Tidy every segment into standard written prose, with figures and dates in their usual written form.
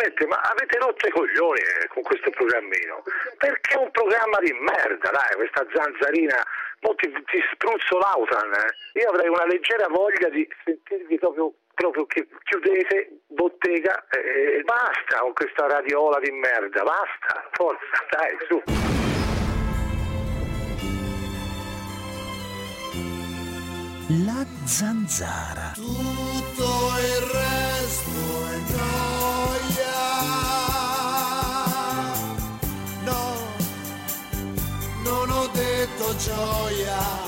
veramente, ma avete rotto i coglioni con questo programmino, perché è un programma di merda, dai, questa zanzarina, mo ti spruzzo l'autan, io avrei una leggera voglia di sentirvi proprio che chiudete bottega e basta con questa radiola di merda, basta, forza, dai, su. La zanzara. Tutto il resto è gioia. No, non ho detto gioia.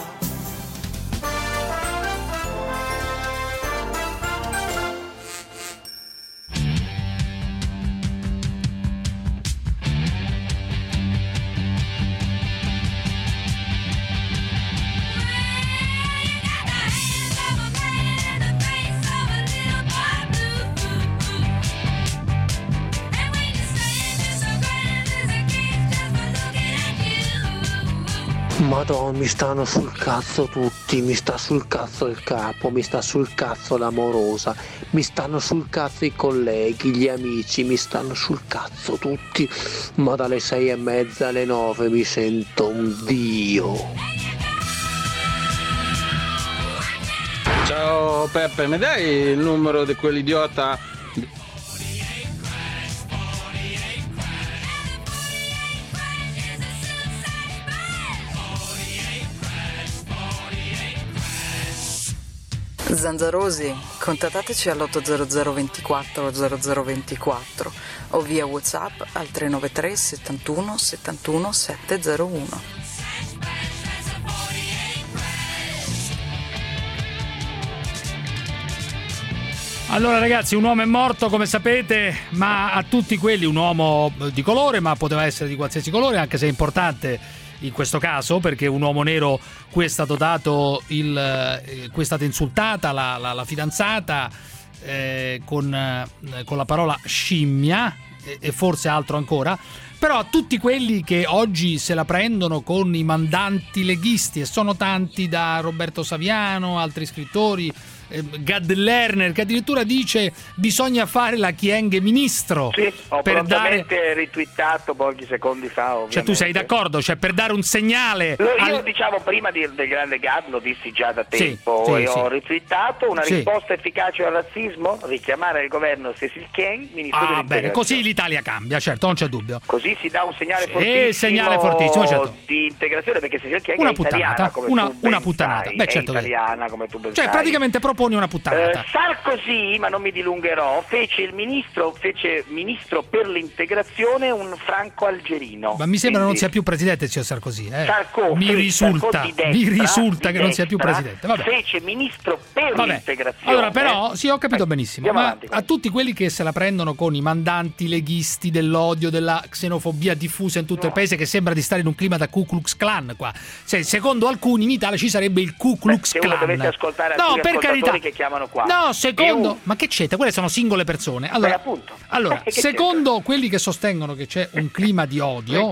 Madonna, mi stanno sul cazzo tutti, mi sta sul cazzo il capo, mi sta sul cazzo l'amorosa, mi stanno sul cazzo i colleghi, gli amici, mi stanno sul cazzo tutti, ma dalle 6:30 alle 9 mi sento un dio. Ciao Peppe, mi dai il numero di quell'idiota? Zanzarosi, contattateci all'800 24 0024 o via WhatsApp al 393 71 71 701. Allora ragazzi, un uomo è morto come sapete, ma a tutti quelli, un uomo di colore, ma poteva essere di qualsiasi colore, anche se è importante in questo caso perché un uomo nero cui è stato dato cui è stata insultata la fidanzata con la parola scimmia e forse altro ancora. Però a tutti quelli che oggi se la prendono con i mandanti leghisti, e sono tanti, da Roberto Saviano, altri scrittori, Gad Lerner, che addirittura dice bisogna fare la Kyenge ministro. Sì, ho per prontamente dare... ritwittato pochi secondi fa, ovviamente. Cioè tu sei d'accordo? Cioè per dare un segnale io diciamo prima del grande Gad lo dissi già da tempo, sì, e sì. ho ritwittato una Sì. risposta efficace al razzismo, richiamare il governo Cecil Kyenge ministro dell'integrazione. Bene, così l'Italia cambia, certo, non c'è dubbio. Così si dà un segnale fortissimo, certo. di integrazione, perché Cecil Kyenge Una è italiana, puttanata, come una tu ben puttanata. sai, Beh, certo è che è. italiana, come tu ben Cioè sai. praticamente proponi una puttanata. Sarkozy, ma non mi dilungherò, fece ministro per l'integrazione un franco-algerino. Ma mi sembra Quindi, non sia più presidente, signor Sarkozy. Sarkozy, Mi risulta di destra, che non sia più presidente. Vabbè. Fece ministro per l'integrazione. Allora, però, sì, ho capito benissimo. andiamo Ma avanti, a tutti quelli che se la prendono con i mandanti leghisti dell'odio, della xenofobia diffusa in tutto il paese, che sembra di stare in un clima da Ku Klux Klan qua. Cioè, secondo alcuni in Italia ci sarebbe il Ku Klux se Klan. uno dovesse ascoltare alcuni ascoltatori che chiamano qua. No, secondo, ma che c'entra? Quelle sono singole persone. Allora, appunto. allora secondo quelli che sostengono che c'è un clima di odio,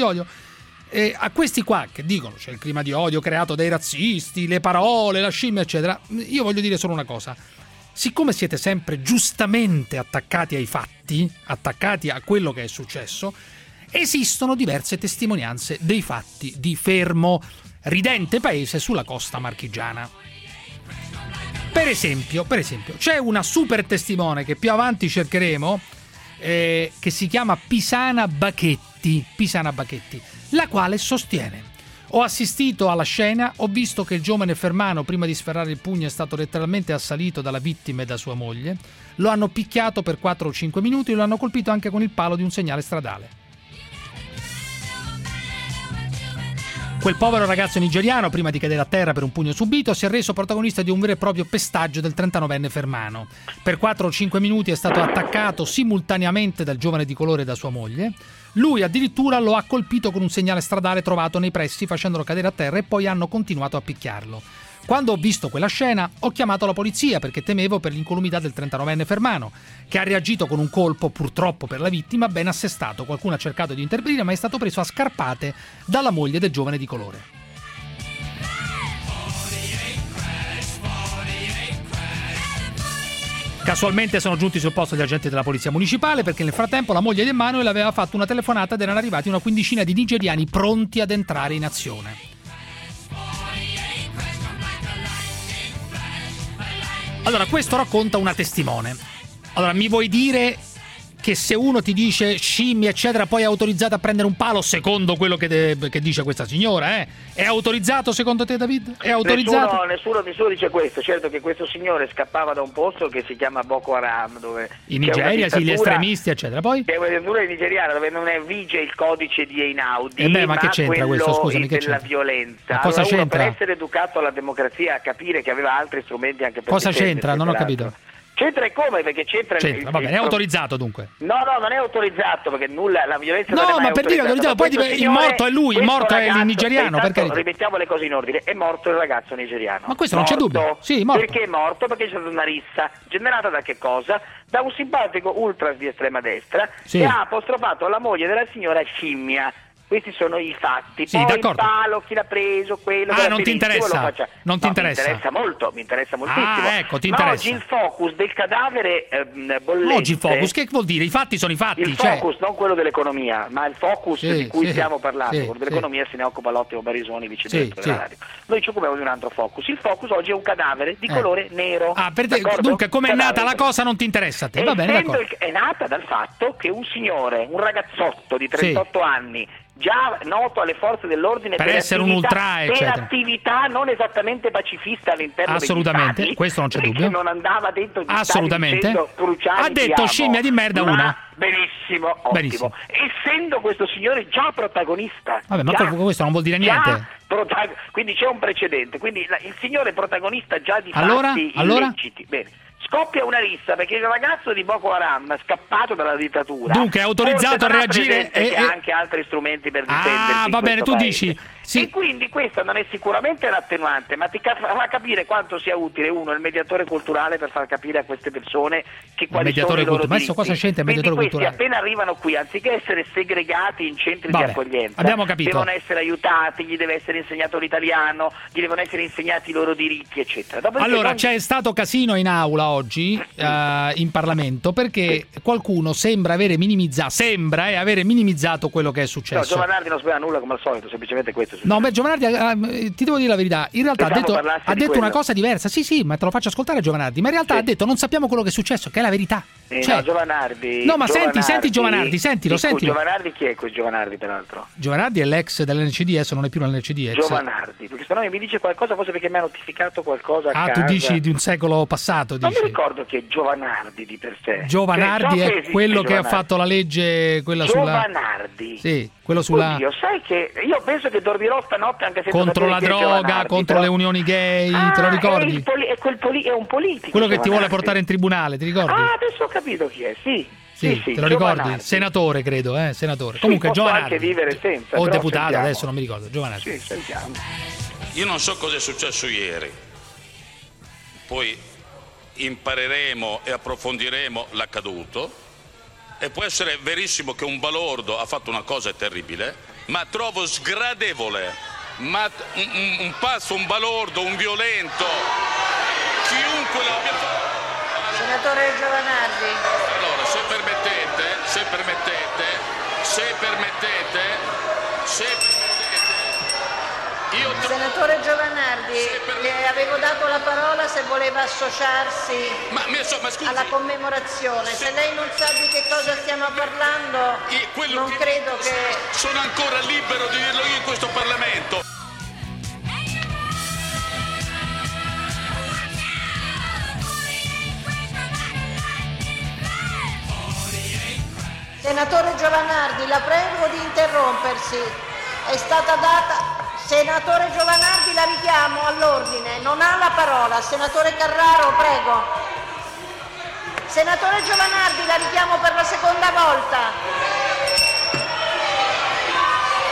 a questi qua che dicono c'è il clima di odio creato dai razzisti, le parole, la scimmia, eccetera, io voglio dire solo una cosa. Siccome siete sempre giustamente attaccati ai fatti, attaccati a quello che è successo, esistono diverse testimonianze dei fatti di Fermo, ridente paese sulla costa marchigiana. Per esempio, c'è una super testimone che più avanti cercheremo, che si chiama Pisana Bachetti, la quale sostiene: ho assistito alla scena, ho visto che il giovane Fermano, prima di sferrare il pugno, è stato letteralmente assalito dalla vittima e da sua moglie, lo hanno picchiato per 4 o 5 minuti e lo hanno colpito anche con il palo di un segnale stradale. Quel povero ragazzo nigeriano, prima di cadere a terra per un pugno subito, si è reso protagonista di un vero e proprio pestaggio del 39enne Fermano. Per 4 o 5 minuti è stato attaccato simultaneamente dal giovane di colore e da sua moglie. Lui addirittura lo ha colpito con un segnale stradale trovato nei pressi, facendolo cadere a terra, e poi hanno continuato a picchiarlo. Quando ho visto quella scena ho chiamato la polizia perché temevo per l'incolumità del 39enne Fermano, che ha reagito con un colpo, purtroppo per la vittima, ben assestato. Qualcuno ha cercato di intervenire ma è stato preso a scarpate dalla moglie del giovane di colore. Casualmente sono giunti sul posto gli agenti della polizia municipale perché nel frattempo la moglie di Emanuele aveva fatto una telefonata ed erano arrivati una quindicina di nigeriani pronti ad entrare in azione. Allora, questo racconta una testimone. Allora, mi vuoi dire che se uno ti dice scimmia eccetera poi è autorizzato a prendere un palo secondo quello che dice questa signora, È autorizzato secondo te, David? È autorizzato? Nessuno dice questo. Certo che questo signore scappava da un posto che si chiama Boko Haram, dove in Nigeria sì, gli estremisti eccetera. Poi c'è una dittatura nigeriana dove non vige il codice di Einaudi, ma che c'entra questo? Scusami, che della c'entra? violenza. Ma cosa allora, c'entra? Per essere educato alla democrazia, a capire che aveva altri strumenti anche per cosa c'entra? Non ho capito. C'entra e come? Perché c'entra va bene, è autorizzato dunque. No, non è autorizzato perché nulla, la violenza non è mai ma per dire autorizzato, poi il morto è lui, il morto è il nigeriano, perché rimettiamo le cose in ordine, è morto il ragazzo nigeriano. Ma questo non c'è dubbio. Sì, morto. Perché è morto? Perché c'è stata una rissa generata da che cosa? Da un simpatico ultras di estrema destra che ha apostrofato la moglie della signora scimmia. Questi sono i fatti. Sì, poi d'accordo. Il palo, chi l'ha preso, quello. Non ti interessa? Non ti interessa? Mi interessa molto, mi interessa moltissimo. Ecco, ti interessa. Oggi il focus del cadavere bollente. Oggi il focus, che vuol dire? I fatti sono i fatti. Il focus, non quello dell'economia, ma il focus di cui stiamo parlando. Quello dell'economia se ne occupa Lottimo Barisoni, vice direttore della radio. Noi ci occupiamo di un altro focus. Il focus oggi è un cadavere di colore nero. Per te, dunque, come è nata la cosa non ti interessa a te. Va bene, d'accordo. È nata dal fatto che un signore, un ragazzotto di 38 anni, già noto alle forze dell'ordine per essere un ultra, per attività non esattamente pacifista all'interno assolutamente, degli stati, questo non c'è dubbio. Non andava dentro gli assolutamente. Cruciali, ha detto scimmia di merda una. Benissimo, ottimo. Essendo questo signore già protagonista. Vabbè, ma questo non vuol dire niente. Quindi c'è un precedente. Quindi il signore protagonista già di fatti illeciti. Bene. Scoppia una rissa perché il ragazzo di Boko Haram, scappato dalla dittatura, dunque è autorizzato a reagire e ha anche altri strumenti per difendersi. Va bene, tu dici. Sì. E quindi questa non è sicuramente l'attenuante, ma ti fa capire quanto sia utile il mediatore culturale per far capire a queste persone che quali sono i loro diritti. Ma adesso cosa c'entra il mediatore culturale? Appena arrivano qui, anziché essere segregati in centri di accoglienza, abbiamo capito. Devono essere aiutati, gli deve essere insegnato l'italiano, gli devono essere insegnati i loro diritti, eccetera. Allora, c'è stato casino in aula oggi, in Parlamento, perché qualcuno sembra avere minimizzato quello che è successo. No, Giovanardi non spiega nulla come al solito, semplicemente questo. No, Giovanardi, ti devo dire la verità, in realtà ha detto una cosa diversa, sì, ma te lo faccio ascoltare Giovanardi, ma in realtà ha detto non sappiamo quello che è successo, che è la verità. No, Giovanardi. No, ma senti Giovanardi, sentilo. Giovanardi chi è quel Giovanardi, peraltro? Giovanardi è l'ex dell'NCD, adesso non è più nell'NCD. Giovanardi, perché se no mi dice qualcosa, forse perché mi ha notificato qualcosa a casa. Tu dici di un secolo passato, non mi ricordo che è Giovanardi di per sé. Giovanardi è quello che ha fatto la legge, quella Giovanardi. Sì, quello sulla... Oddio, sai che io penso che dormirò stanotte anche senza contro la droga, contro le unioni gay, te lo ricordi? È un politico. Quello che ti vuole portare in tribunale, ti ricordi? Adesso ho capito chi è, sì, te lo ricordi? Senatore, credo, senatore. Comunque Giovanardi. Anche vivere senza. O deputato, sentiamo. Adesso non mi ricordo. Giovanardi. Sì, sentiamo. Io non so cosa è successo ieri. Poi impareremo e approfondiremo l'accaduto. E può essere verissimo che un balordo ha fatto una cosa terribile, ma trovo sgradevole, un pazzo, un balordo, un violento, chiunque l'abbia fatto. Senatore Giovanardi. Allora, se permettete, Senatore Giovanardi, le avevo dato la parola se voleva associarsi alla commemorazione. Se lei non sa di che cosa stiamo parlando, non credo che... Sono ancora libero di dirlo io in questo Parlamento. Senatore Giovanardi, la prego di interrompersi. È stata data... Senatore Giovanardi, la richiamo all'ordine, non ha la parola. Senatore Carraro, prego. Senatore Giovanardi, la richiamo per la seconda volta.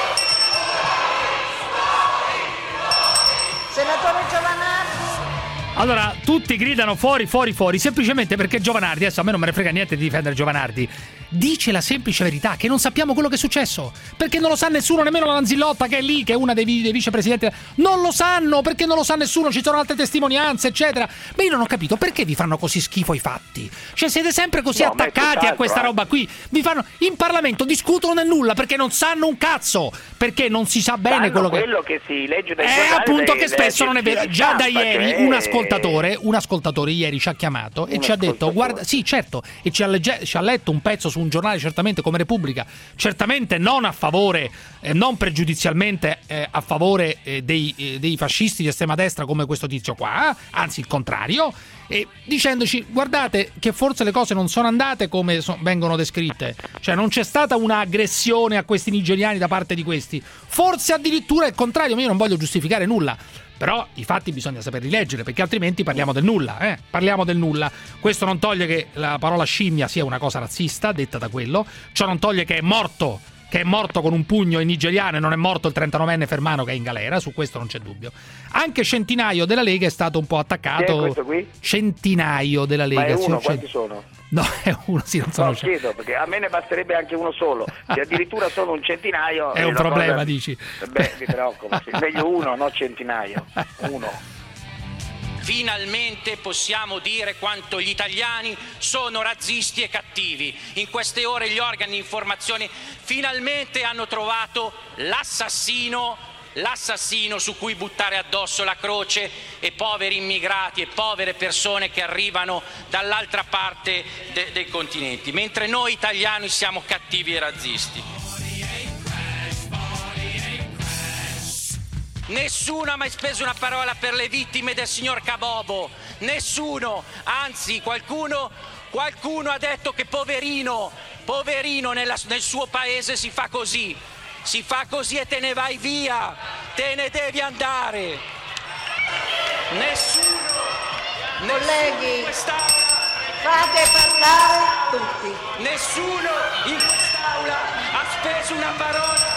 Senatore Giovanardi. Allora, tutti gridano fuori, fuori, fuori, semplicemente perché Giovanardi, adesso a me non me ne frega niente di difendere Giovanardi, dice la semplice verità, che non sappiamo quello che è successo, perché non lo sa nessuno, nemmeno la Lanzillotta che è lì, che è una dei vicepresidenti, non lo sanno, perché non lo sa nessuno, ci sono altre testimonianze, eccetera. Ma io non ho capito, perché vi fanno così schifo i fatti? Cioè siete sempre così attaccati a questa roba qui, vi fanno, in Parlamento discutono nel nulla, perché non sanno un cazzo, perché non si sa bene quello che si legge dai giornali, appunto che spesso non è vero. Già da ieri un ascoltatore ieri ci ha chiamato e ci ha detto, guarda, sì certo, e ci ha letto un pezzo su un giornale certamente come Repubblica, certamente non a favore, non pregiudizialmente a favore dei fascisti di estrema destra come questo tizio qua, anzi il contrario, e dicendoci guardate che forse le cose non sono andate come vengono descritte, cioè non c'è stata un'aggressione a questi nigeriani da parte di questi, forse addirittura il contrario. Ma io non voglio giustificare nulla, però i fatti bisogna saperli leggere, perché altrimenti parliamo del nulla, parliamo del nulla. Questo non toglie che la parola scimmia sia una cosa razzista, detta da quello, ciò non toglie che è morto con un pugno in nigeriano e non è morto il 39enne Fermano che è in galera, su questo non c'è dubbio. Anche Centinaio della Lega è stato un po' attaccato. Chi è questo qui? Centinaio della Lega. Ma è uno, quanti sono? No, è uno, sì, non sono. No, chiedo, perché a me ne basterebbe anche uno solo. Se addirittura sono un centinaio è un problema, dici? Beh, mi preoccupa, sì. Meglio uno, no centinaio. Uno. Finalmente possiamo dire quanto gli italiani sono razzisti e cattivi. In queste ore gli organi di informazione finalmente hanno trovato l'assassino su cui buttare addosso la croce e poveri immigrati e povere persone che arrivano dall'altra parte dei continenti, mentre noi italiani siamo cattivi e razzisti. Nessuno ha mai speso una parola per le vittime del signor Kabobo, nessuno, anzi qualcuno ha detto che poverino nel suo paese si fa così e te ne vai via, te ne devi andare. Colleghi, fate parlare tutti. Nessuno in quest'aula ha speso una parola.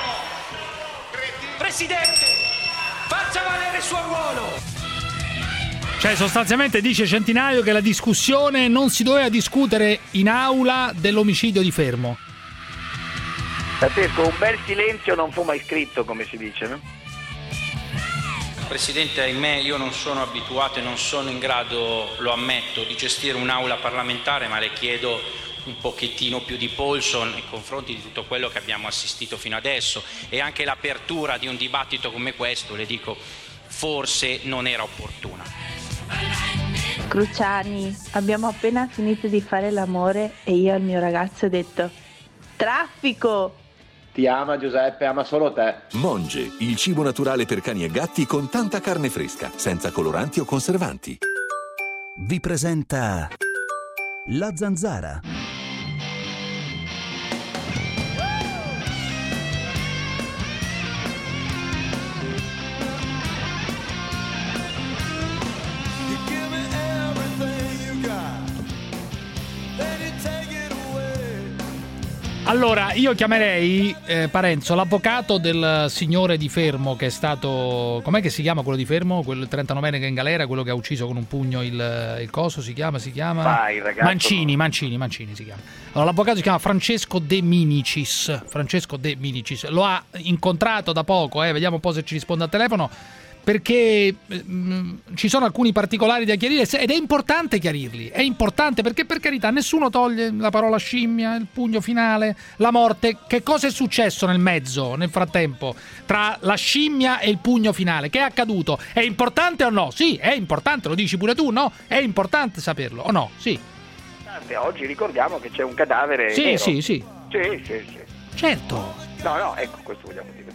Presidente, faccia valere il suo ruolo. Cioè sostanzialmente dice Centinaio che la discussione non si doveva discutere in aula dell'omicidio di Fermo. Pazzesco, un bel silenzio non fu mai scritto, come si dice, no? Presidente, ahimè, io non sono abituato e non sono in grado, lo ammetto, di gestire un'aula parlamentare, ma le chiedo un pochettino più di polso nei confronti di tutto quello che abbiamo assistito fino adesso, e anche l'apertura di un dibattito come questo, le dico, forse non era opportuna. Cruciani, abbiamo appena finito di fare l'amore e io al mio ragazzo ho detto: traffico! Ti ama Giuseppe, ama solo te. Monge, il cibo naturale per cani e gatti con tanta carne fresca, senza coloranti o conservanti. Vi presenta La Zanzara. Allora, io chiamerei Parenzo, l'avvocato del signore di Fermo che è stato... Com'è che si chiama quello di Fermo? Quello 39enne che è in galera, quello che ha ucciso con un pugno il coso, si chiama? Vai, ragazzo, Mancini si chiama. Allora, l'avvocato si chiama Francesco De Minicis. Lo ha incontrato da poco, vediamo un po' se ci risponde al telefono, perché ci sono alcuni particolari da chiarire ed è importante chiarirli, è importante perché, per carità, nessuno toglie la parola scimmia, il pugno finale, la morte. Che cosa è successo nel mezzo, nel frattempo, tra la scimmia e il pugno finale? Che è accaduto? È importante o no? Sì, è importante, lo dici pure tu, no? È importante saperlo, o no? Sì. Oggi ricordiamo che c'è un cadavere nero. Sì. Certo. No, ecco, questo vogliamo dire.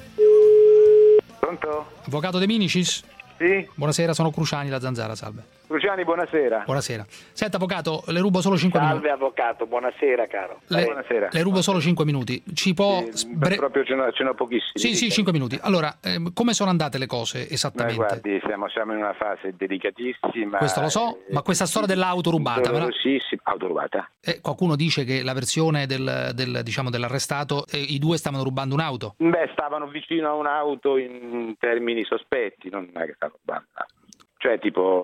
Pronto? Avvocato De Minicis? Sì. Buonasera, sono Cruciani, La Zanzara, salve. Cruciani, buonasera. Buonasera. Senta, avvocato, le rubo solo 5 minuti. Salve avvocato, buonasera caro. Buonasera. Le rubo solo 5 minuti. Ci può... proprio ce n'ho pochissimi. Sì, 5 minuti. Allora, come sono andate le cose esattamente? Guardi, siamo in una fase delicatissima. Questo lo so, ma questa storia dell'auto rubata... Sì, auto rubata. Qualcuno dice che la versione dell'arrestato, i due stavano rubando un'auto. Stavano vicino a un'auto in termini sospetti, non è che stavano rubando un'auto. Cioè tipo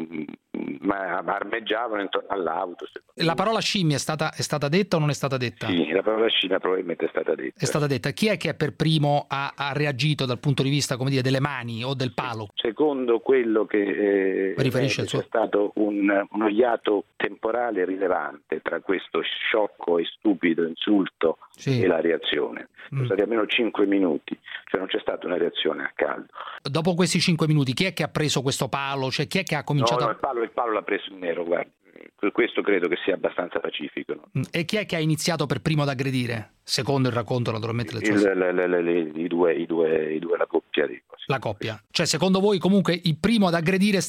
armeggiavano intorno all'auto. La parola scimmia è stata detta o non è stata detta? Sì, la parola scimmia probabilmente è stata detta. È stata detta. Chi è che per primo ha reagito dal punto di vista, come dire, delle mani o del palo? Secondo quello che riferisce c'è stato uno iato temporale rilevante tra questo sciocco e stupido insulto e la reazione. Sono stati almeno 5 minuti, cioè non c'è stata una reazione a caldo. Dopo questi 5 minuti, chi è che ha preso questo palo? Cioè, chi è che ha cominciato il palo l'ha preso in nero, guarda. Questo credo che sia abbastanza pacifico. No? E chi è che ha iniziato per primo ad aggredire? Secondo il racconto, naturalmente. I due, la coppia. La coppia. Cioè, secondo voi, comunque, i primi ad aggredire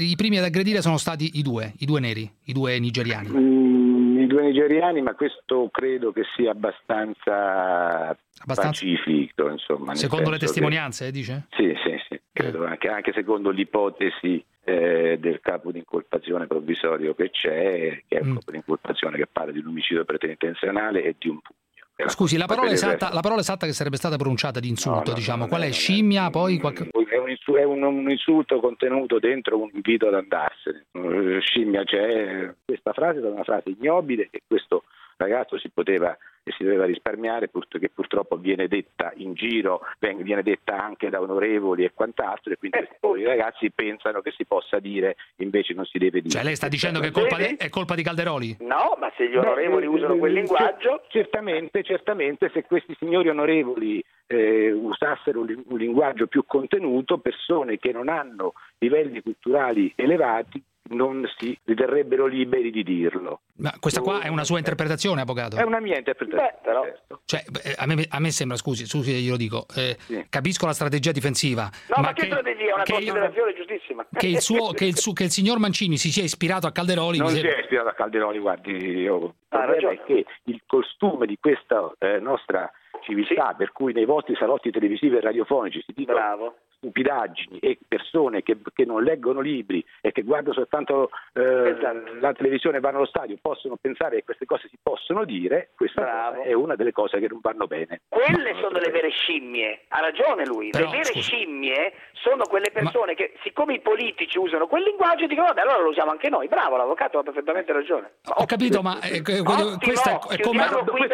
sono stati i due neri, i due nigeriani? I due nigeriani, ma questo credo che sia abbastanza pacifico, insomma. Secondo le testimonianze, dice? Sì. Credo anche secondo l'ipotesi del capo di incolpazione provvisorio che c'è, che è un capo di incolpazione che parla di un omicidio preterintenzionale e di un pugno. Scusi, la parola esatta che sarebbe stata pronunciata di insulto, qual è? Scimmia, poi qualche... È un insulto contenuto dentro un invito ad andarsene. Scimmia, questa frase è una frase ignobile che questo ragazzo si doveva risparmiare, che purtroppo viene detta in giro, viene detta anche da onorevoli e quant'altro, e quindi i ragazzi pensano che si possa dire, invece non si deve dire. Cioè lei sta dicendo che è colpa di Calderoli? No, ma se gli onorevoli usano quel linguaggio... Certamente, se questi signori onorevoli usassero un linguaggio più contenuto, persone che non hanno livelli culturali elevati non si riterrebbero liberi di dirlo. Ma questa qua è una sua interpretazione, avvocato? È una mia interpretazione. Però... Cioè, a me sembra, scusi, glielo dico, capisco la strategia difensiva. No, ma che strategia? È una considerazione giustissima. Che il signor Mancini si sia ispirato a Calderoli. Non si è ispirato a Calderoli, guardi, il problema è che il costume di questa nostra civiltà, per cui nei vostri salotti televisivi e radiofonici si dicono stupidaggini e persone che non leggono libri e che guardano soltanto la televisione e vanno allo stadio possono pensare che queste cose si possono dire, questa è una delle cose che non vanno bene. Quelle sono le vere scimmie, ha ragione lui. Però, le vere scimmie sono quelle persone che, siccome i politici usano quel linguaggio, dicono vabbè, allora lo usiamo anche noi. Bravo, l'avvocato ha perfettamente ragione. Ho capito, ma questo è come...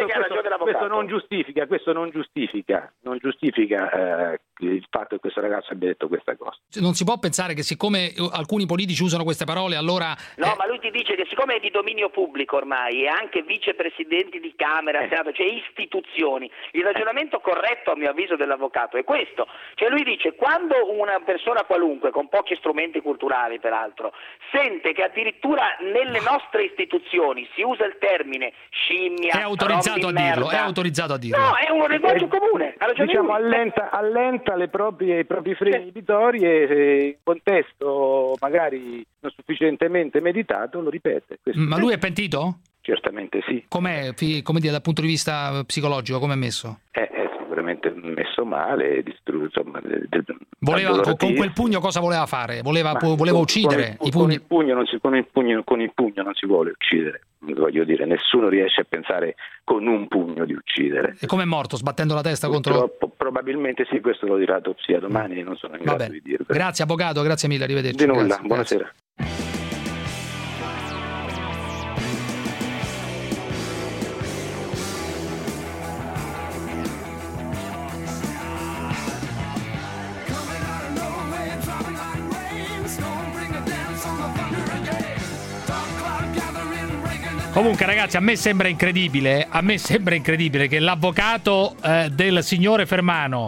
Questo non giustifica il fatto che questo ragazzo abbia detto questa cosa. Non si può pensare che siccome alcuni politici usano queste parole, allora... No, ma lui ti dice che siccome è di dominio pubblico ormai, e anche vicepresidenti di Camera, Senato, cioè istituzioni, il ragionamento corretto a mio avviso dell'avvocato è questo. Cioè lui dice, quando una persona qualunque, con pochi strumenti culturali peraltro, sente che addirittura nelle nostre istituzioni si usa il termine scimmia, è autorizzato a dirlo, è autorizzato a dirlo. No, è un linguaggio comune. Diciamo allenta i propri freni inibitori e in contesto magari non sufficientemente meditato lo ripete. Ma lui è pentito? Certamente sì. Com'è, come dire, dal punto di vista psicologico, come è messo? È sicuramente messo male, insomma, con quel pugno cosa voleva fare? Voleva uccidere? Con il pugno non si vuole uccidere. Voglio dire, nessuno riesce a pensare con un pugno di uccidere. E come è morto? Sbattendo la testa contro... Probabilmente sì, questo lo dirà l'autopsia domani, non sono in grado di dirlo. Grazie avvocato, grazie mille, arrivederci. Di nulla, grazie, buonasera. Comunque ragazzi, a me sembra incredibile che l'avvocato del signore Fermano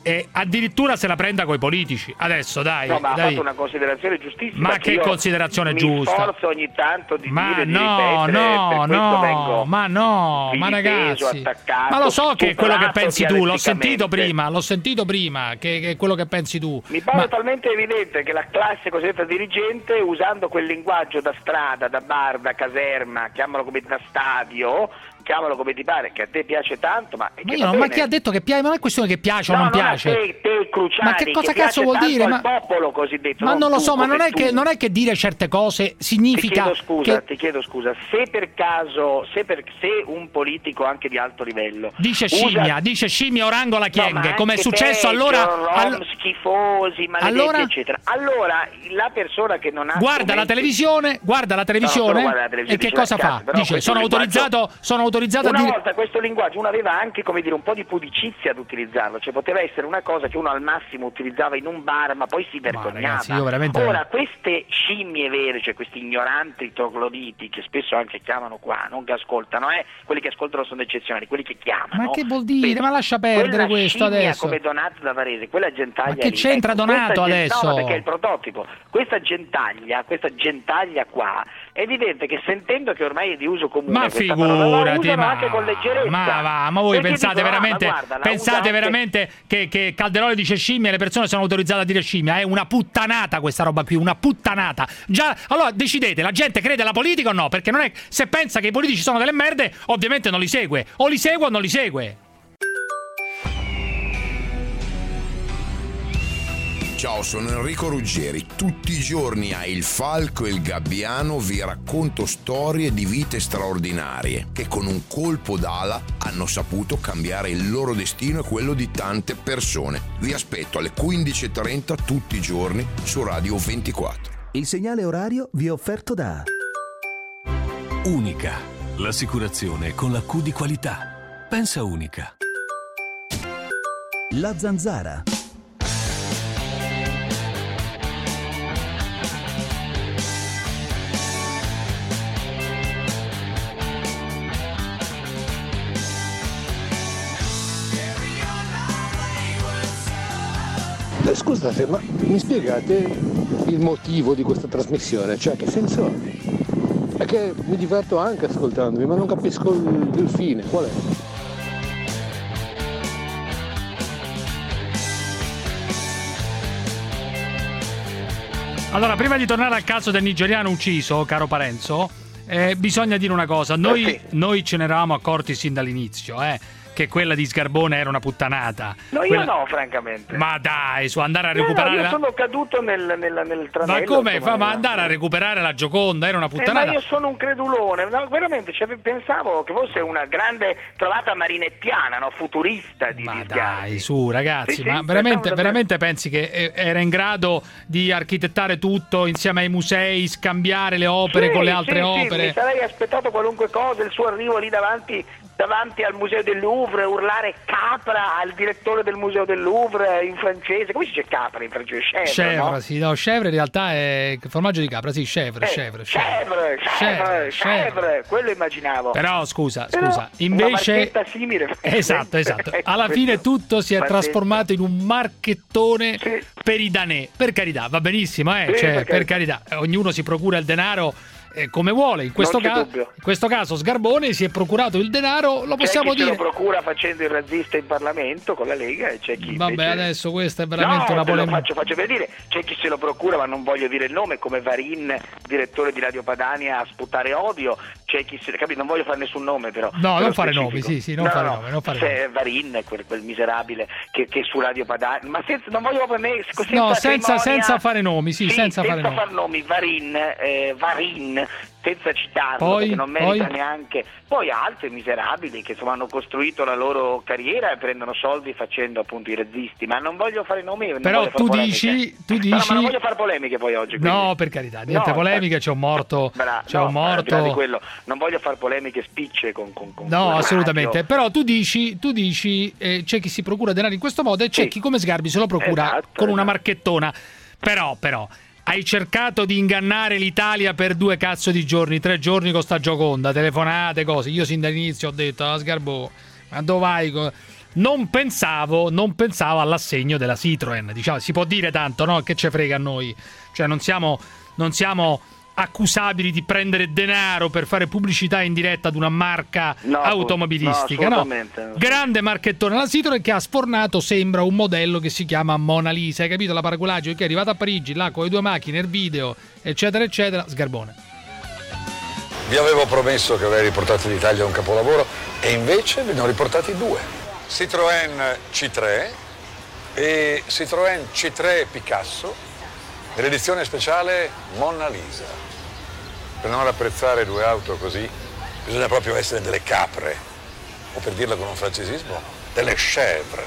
e addirittura se la prenda coi politici. Adesso dai. No, ma dai. ha fatto una considerazione giustissima. Ma che considerazione giusta? Mi sforzo ogni tanto di ma dire, no, di ripetere, ma ragazzi, ma lo so che è quello che pensi tu, l'ho sentito prima che è quello che pensi tu. Mi pare talmente evidente che la classe cosiddetta dirigente, usando quel linguaggio da strada, da bar, da caserma, chiamalo come da stadio, chiamalo come ti pare, che a te piace tanto, ma chi ha detto che piace? Ma non è questione che piace o non piace. Te Cruciani, ma che cosa cazzo vuol dire? Ma popolo cosiddetto. Ma non lo so, ma non è che dire certe cose significa. Ti chiedo scusa, se per caso, se un politico anche di alto livello dice scimmia Orangola Chienghe, come è successo schifosi, maledetti, eccetera. Allora la persona che non ha guarda la televisione e che cosa fa? Dice sono autorizzato una volta questo linguaggio uno aveva anche, come dire, un po' di pudicizia ad utilizzarlo, cioè poteva essere una cosa che uno al massimo utilizzava in un bar, ma poi si vergognava. Ragazzi, ora queste scimmie vere, cioè questi ignoranti trogloditi che spesso anche chiamano qua, non che ascoltano, quelli che ascoltano sono eccezionali, quelli che chiamano. Ma che vuol dire? Ma lascia perdere questo adesso. Come Donato da Varese, quella gentaglia. Ma che c'entra Donato adesso? No, perché è il prototipo. Questa gentaglia qua, è evidente che sentendo che ormai è di uso comune, ma figurati, anche con leggerezza. Ma voi pensate veramente che Calderoli dice scimmia e le persone sono autorizzate a dire scimmia? È una puttanata questa roba qui, una puttanata. Già, allora decidete, la gente crede alla politica o no? Perché non è, se pensa che i politici sono delle merde, ovviamente non li segue. O li segue o non li segue. Ciao, sono Enrico Ruggeri. Tutti i giorni a Il Falco e il Gabbiano vi racconto storie di vite straordinarie che con un colpo d'ala hanno saputo cambiare il loro destino e quello di tante persone. Vi aspetto alle 15:30 tutti i giorni su Radio 24. Il segnale orario vi è offerto da Unica, l'assicurazione con la Q di qualità. Pensa Unica. La Zanzara. Scusate, ma mi spiegate il motivo di questa trasmissione? Cioè, che senso ha? È che mi diverto anche ascoltandovi, ma non capisco il fine, qual è? Allora, prima di tornare al caso del nigeriano ucciso, caro Parenzo, bisogna dire una cosa. Noi ce ne eravamo accorti sin dall'inizio, che quella di Sgarbone era una puttanata. Io no, francamente. Ma dai, su andare a recuperare. Io sono caduto nel tranello. Ma come fa? Ma andare a recuperare la Gioconda era una puttanata. Ma io sono un credulone, no, veramente, pensavo che fosse una grande trovata marinettiana, no, futurista di Ma Sgarbi. dai, su ragazzi, ma veramente pensi che era in grado di architettare tutto insieme ai musei, scambiare le opere con le altre opere? Mi sarei aspettato qualunque cosa, il suo arrivo lì davanti al Museo del Louvre, urlare capra al direttore del Museo del Louvre in francese. Come si dice capra in francese? Chèvre, no? Sì, no, chèvre in realtà è formaggio di capra, sì, chèvre. Quello immaginavo. Però scusa, invece una simile. Esatto. Alla fine tutto si è trasformato in un marchettone per i danè. Per carità, va benissimo, per carità. Ognuno si procura il denaro come vuole. In questo caso Sgarbone si è procurato il denaro, lo possiamo dire. C'è chi se lo procura facendo il razzista in Parlamento con la Lega e c'è chi invece... adesso questa è veramente una polemica. Faccio per dire, c'è chi se lo procura, ma non voglio dire il nome, come Varin, direttore di Radio Padania, a sputare odio. C'è chi non voglio fare nessun nome, però. No, non fare nomi, non fare nomi. Varin, quel miserabile che su Radio Padania, ma non voglio proprio senza fare nomi, senza fare nomi. Varin, senza citarlo, perché non merita neanche. Poi altri miserabili che insomma hanno costruito la loro carriera e prendono soldi facendo appunto i razzisti, ma non voglio fare nomi. Però tu dici ma non voglio fare polemiche poi oggi. Quindi. No, per carità, niente polemiche, c'è un morto. Al di là di quello, non voglio fare polemiche spicce con no, assolutamente. Radio. Però tu dici c'è chi si procura denaro in questo modo e c'è chi come Sgarbi se lo procura con una marchettona. Però hai cercato di ingannare l'Italia per 2 cazzo di giorni, 3 giorni con sta Gioconda, telefonate, cose. Io sin dall'inizio ho detto a Sgarbo, ma dove vai? non pensavo all'assegno della Citroen. Diciamo, si può dire tanto, no? Che ce frega a noi. Cioè non siamo accusabili di prendere denaro per fare pubblicità in diretta ad una marca automobilistica, no? Grande marchettone la Citroen, che ha sfornato, sembra, un modello che si chiama Mona Lisa, hai capito la paraculaggio? Che è arrivata a Parigi là con le 2 macchine, il video, eccetera eccetera, sgarbone. Vi avevo promesso che avrei riportato in Italia un capolavoro e invece ve ne ho riportati 2. Citroën C3 e Citroën C3 Picasso nell'edizione speciale Mona Lisa. Per non apprezzare 2 auto così bisogna proprio essere delle capre, o per dirla con un francesismo, delle chèvre.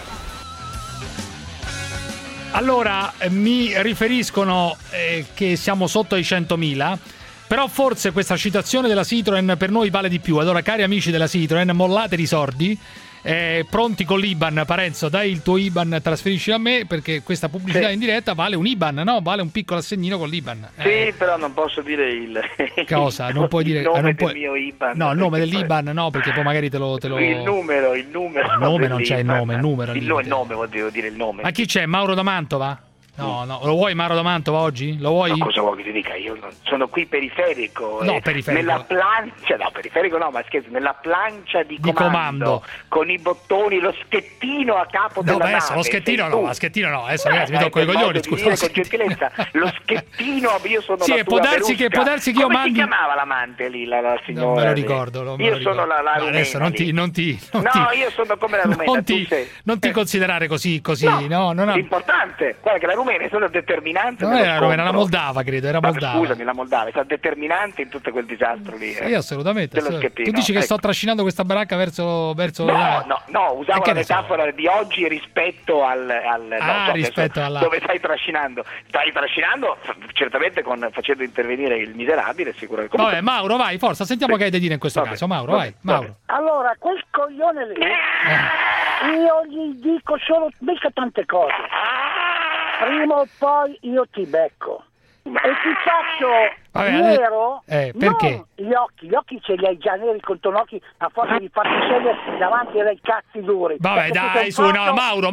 Allora, mi riferiscono che siamo sotto ai 100.000, però forse questa citazione della Citroen per noi vale di più. Allora, cari amici della Citroen, mollatevi i sordi. Pronti con l'Iban, Parenzo, dai il tuo Iban, trasferisci a me, perché questa pubblicità in diretta vale un Iban, no? Vale un piccolo assegnino con l'Iban. Sì, però non posso dire il cosa? Non puoi dire il nome del mio Iban. No, il nome dell'Iban no, perché poi magari te lo... Il numero. Il nome non c'è, il nome, il numero. Il nome, volevo dire il nome. Ma chi c'è? Mauro da Mantova? No, lo vuoi Mauro da Mantova oggi? Lo vuoi? Ma cosa vuoi che ti dica? Io sono qui periferico. No, periferico. Nella plancia, no, periferico no, ma scherzo, nella plancia di comando. Con i bottoni, lo schettino a capo della nave. Lo schettino no, adesso ragazzi mi tocco i coglioni, scusa. Con gentilezza, lo schettino, io sono sì, può darsi che io come mandi... si chiamava l'amante lì, la signora? Non me lo ricordo. Io sono la rumena. Adesso non ti... No, io sono come la rumena, non ti considerare così, no. L'importante, guarda che la rumena è stata determinante. Non era la rumena, la Moldava, credo, era Moldava. Scusami, la Moldava è stata determinante in tutto quel disastro lì. Sì, assolutamente. Tu dici che sto trascinando questa baracca verso No, usavo la metafora di oggi rispetto rispetto alla... Dove stai trascinando? Stai trascinando certamente facendo intervenire il miserabile, sicuramente. Vabbè, Mauro, vai, forza, sentiamo che hai da dire in questo caso. Mauro, vai. Mauro. Allora, quel coglione lì, io gli dico solo mica tante cose. Prima o poi io ti becco e ti faccio nero. Perché? Gli occhi ce li hai già neri con ton occhi a forza di farti sedere davanti ai cazzi duri. Vabbè, dai, su, no, Mauro,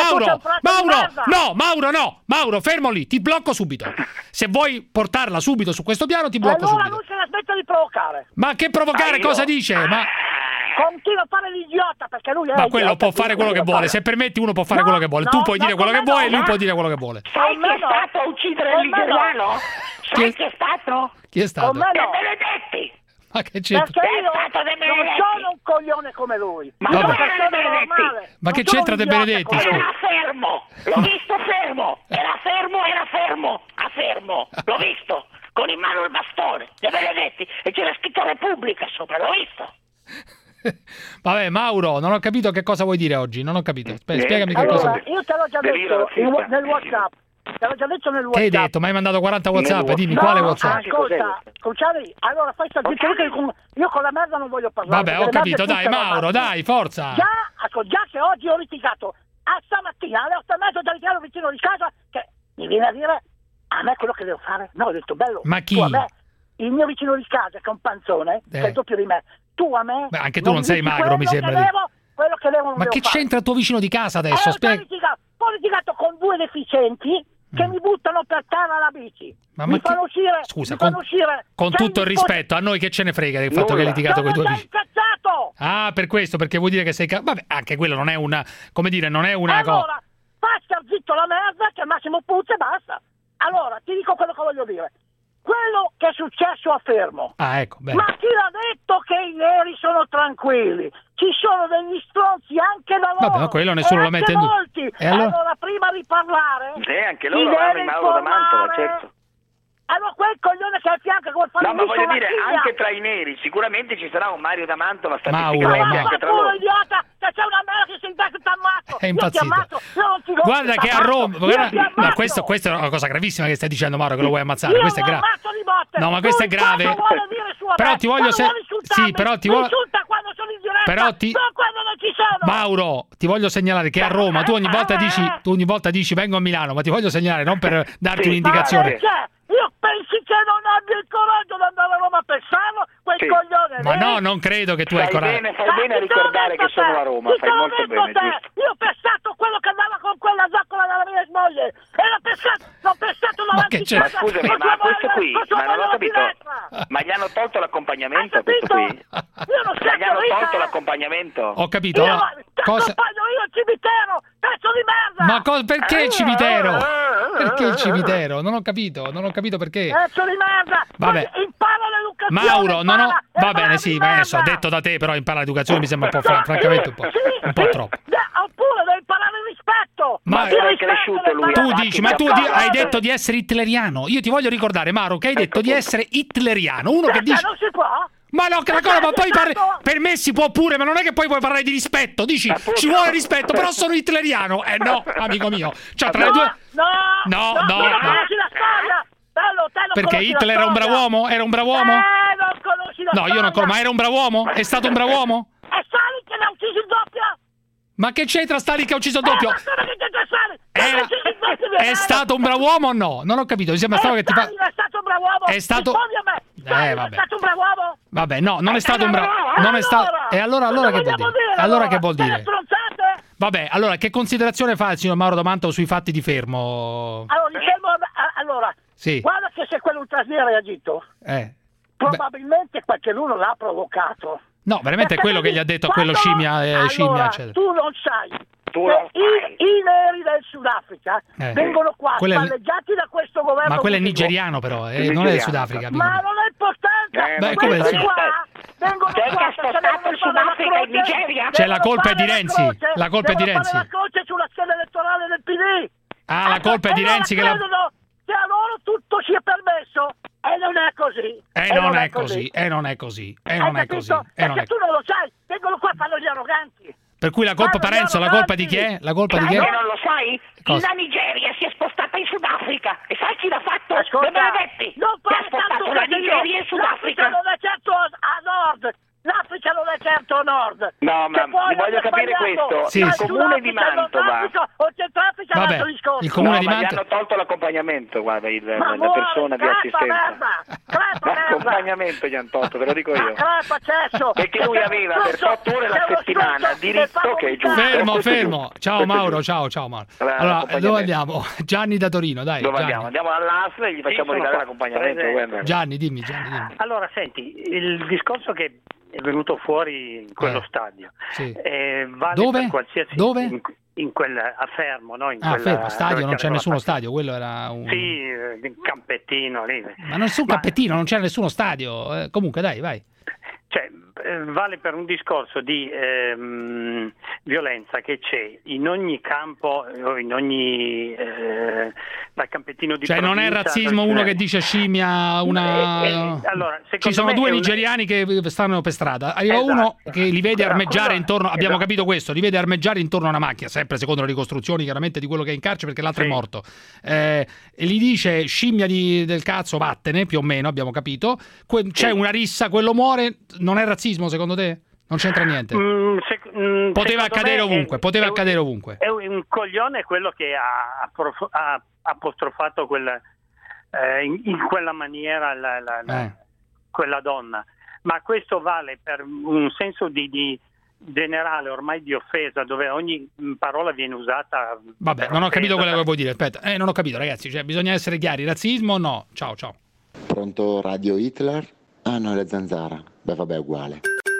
fermo lì, ti blocco subito. Se vuoi portarla subito su questo piano, ti blocco allora subito. Allora lui se la smetta di provocare. Ma che provocare? Cosa dice? Ma continua a fare l'idiota, perché lui è ma quello può fare quello che vuole. Se permetti, uno può fare quello che vuole. Tu puoi dire quello che vuoi e lui può dire quello che vuole. Sai chi è stato a uccidere il nigeriano? Sai chi è stato? Chi è stato? De Benedetti. Ma che c'entra? Perché io non sono un coglione come lui. Ma che c'entra De Benedetti? Era fermo. L'ho visto fermo. Era fermo. L'ho visto. Con in mano il bastone. De Benedetti. E c'era scritto Repubblica sopra. L'ho visto. Vabbè, Mauro, non ho capito che cosa vuoi dire oggi. Non ho capito. Spiegami che cosa vuoi. Io te l'ho già detto nel WhatsApp. Te l'ho già detto nel WhatsApp. Che hai detto? Mi hai mandato 40 WhatsApp. Dimmi quale WhatsApp. Ascolta, allora fai sta zitto. Io con la merda non voglio parlare. Vabbè, ho capito. Dai, Mauro, dai, forza. Già che oggi ho litigato stamattina alle 8:30 ho già litigato vicino di casa, che mi viene a dire a me quello che devo fare. No, ho detto bello. Ma chi? Tu a me, il mio vicino di casa che è un panzone, che è il doppio di me. Tu a me. Beh, anche tu non sei magro, mi sembra. Quello che devo, ma che c'entra il tuo vicino di casa adesso? Ho litigato con 2 deficienti che mi buttano per terra la bici. Mi fanno uscire. Scusa, con tutto il rispetto, a noi che ce ne frega del fatto che hai litigato con i tuoi vicini? Incazzato! Ah, per questo, perché vuol dire che sei vabbè, anche quello non è una, come dire, non è una cosa. Allora, faccia zitto la merda che Massimo Puzza e basta. Allora, ti dico quello che voglio dire. Quello che è successo a Fermo. Ecco, bene. Ma chi l'ha detto che i neri sono tranquilli? Ci sono degli stronzi anche da loro. Vabbè, ma quello nessuno lo mette in dubbio. E allora, prima di parlare, anche loro hanno il Mauro da Mantova, certo. Allora quel coglione che è a fianco vuol fare. No, ma voglio dire, anche tra i neri sicuramente ci sarà un Mario da Mantova statisticamente anche tra loro. Idiota, se c'è una merda che si inventa che ti ammazzo. È impazzito. Guarda che a Roma, ma questa è una cosa gravissima che stai dicendo, Mauro, che lo vuoi ammazzare. Questo è grave. No, ma questo è grave. Però ti voglio sì, però ti voglio quando sono in diretta, però non quando non ci sono. Mauro, ti voglio segnalare che a Roma tu ogni volta dici vengo a Milano, ma ti voglio segnalare non per darti un'indicazione. Io pensi che non abbia il coraggio di andare a Roma a pensarlo? Quel coglione Ma lì? no, non credo che tu hai coraggio. Fai bene a ricordare che sono a Roma, fai molto bene. Io ho pensato quello che andava con quella zoccola della mia moglie. E l'ho pensato davanti Ma scusami, ma questo qui, ma non ho capito. Ma gli hanno tolto l'accompagnamento a questo qui? Ma gli hanno tolto l'accompagnamento? Ho capito. Cosa? Io al cimitero, pezzo di merda! Ma perché il cimitero? Perché il cimitero? Non ho capito perché. Pezzo di merda! Vabbè. Impara l'educazione! Mauro, non ho... Va bene, sì, ma adesso detto da te, però impara l'educazione mi sembra un po' francamente un po' troppo. Oppure devi imparare il rispetto! Ma è cresciuto lui. Tu dici, ma tu hai detto di essere hitleriano. Io ti voglio ricordare, Mauro, che hai detto di essere hitleriano. Uno che dice... non si può? Ma no, ma poi per me si può pure, ma non è che poi puoi parlare di rispetto. Dici, ci vuole rispetto, però sono hitleriano. No, amico mio. Cioè, tra le due... No. conosci la storia! Perché Hitler era un brav'uomo? Era un brav'uomo? Non conosci la No, io non conosco. Ma era un brav'uomo? È stato un brav'uomo? È Stalin che l'ha ucciso il doppio! Ma che c'entra Stalin che ha ucciso il doppio? È stato un brav'uomo o no? Non ho capito, mi sembra strano che ti fa... È stato un brav'uomo! È stato... Vabbè. Vabbè. È stato un brav'uomo? Vabbè, no, non è stato un bravo... Non è stato... E allora che vuol dire? Allora che vuol dire? Vabbè, allora, che considerazione fa il signor Mauro D'Amanto sui fatti di Fermo? Allora, sì. Guarda che se quell'ultrasì ha reagito, probabilmente qualcuno l'ha provocato. No, veramente è quello che gli ha detto a quello scimmia, eccetera. Tu non sai che i neri del Sudafrica vengono qua spalleggiati da questo governo. Ma quello è nigeriano però, non è del Sudafrica. Ma non è importante. Vengono qua spostato il Sudafrica in Nigeria. C'è la colpa è di Renzi. La colpa è di Renzi. La croce sulla scheda elettorale del PD. Ah, la colpa è di Renzi che la... che a loro tutto sia permesso e non è così. Non è così. Perché tu non lo sai, vengono qua e fanno gli arroganti. Per cui la colpa, Parenzo, la colpa di chi è? La colpa di chi è? Non lo sai? Cosa? La Nigeria si è spostata in Sudafrica e sai chi l'ha fatto? Ascolta, Le Benedetti. non si è spostato la Nigeria in Sudafrica. L'Africa non è certo a nord. L'Africa non è certo a nord. No, ma voglio capire questo. Sì, il sì. comune di Mantova. O Centrafrica è un altro discorso. Il comune di Mantova. Mantova. Gli hanno tolto l'accompagnamento, guarda, la persona di assistenza. L'accompagnamento gli hanno tolto, te lo dico io. Perché lui aveva per 8 ore la settimana diritto che è giusto. Fermo. Ciao Mauro, ciao Mauro. Allora, dove andiamo? Gianni da Torino, dai. Dove andiamo? Andiamo all'ASL e gli facciamo ridare l'accompagnamento. Gianni, dimmi. Allora, senti, il discorso che è venuto fuori in quello stadio vale dove? Per qualsiasi... Dove? In quel a Fermo, no? Fermo, stadio, non c'è nessuno stadio, quello era un... Sì, un campettino lì. Ma nessun campettino, non c'era nessuno stadio. Comunque, dai, vai. Cioè, vale per un discorso di violenza che c'è in ogni campo, in ogni dal campettino di provincia. Non è razzismo uno che dice scimmia, allora, ci sono due nigeriani che stanno per strada. Arriva uno che li vede armeggiare intorno, abbiamo capito questo, li vede armeggiare intorno a una macchina, sempre secondo le ricostruzioni chiaramente di quello che è in carcere perché l'altro è morto. E gli dice scimmia del cazzo, vattene, più o meno, abbiamo capito. C'è una rissa, quello muore, non è razzismo secondo te? Non c'entra niente. Poteva accadere ovunque, È un coglione quello che ha apostrofato in quella maniera quella donna. Ma questo vale per un senso di generale ormai di offesa, dove ogni parola viene usata. Vabbè, non ho capito quello che vuoi dire. Aspetta, non ho capito, ragazzi. Cioè, bisogna essere chiari. Razzismo no. Ciao. Pronto, Radio Hitler? Ah no, è la Zanzara. Beh, vabbè, uguale.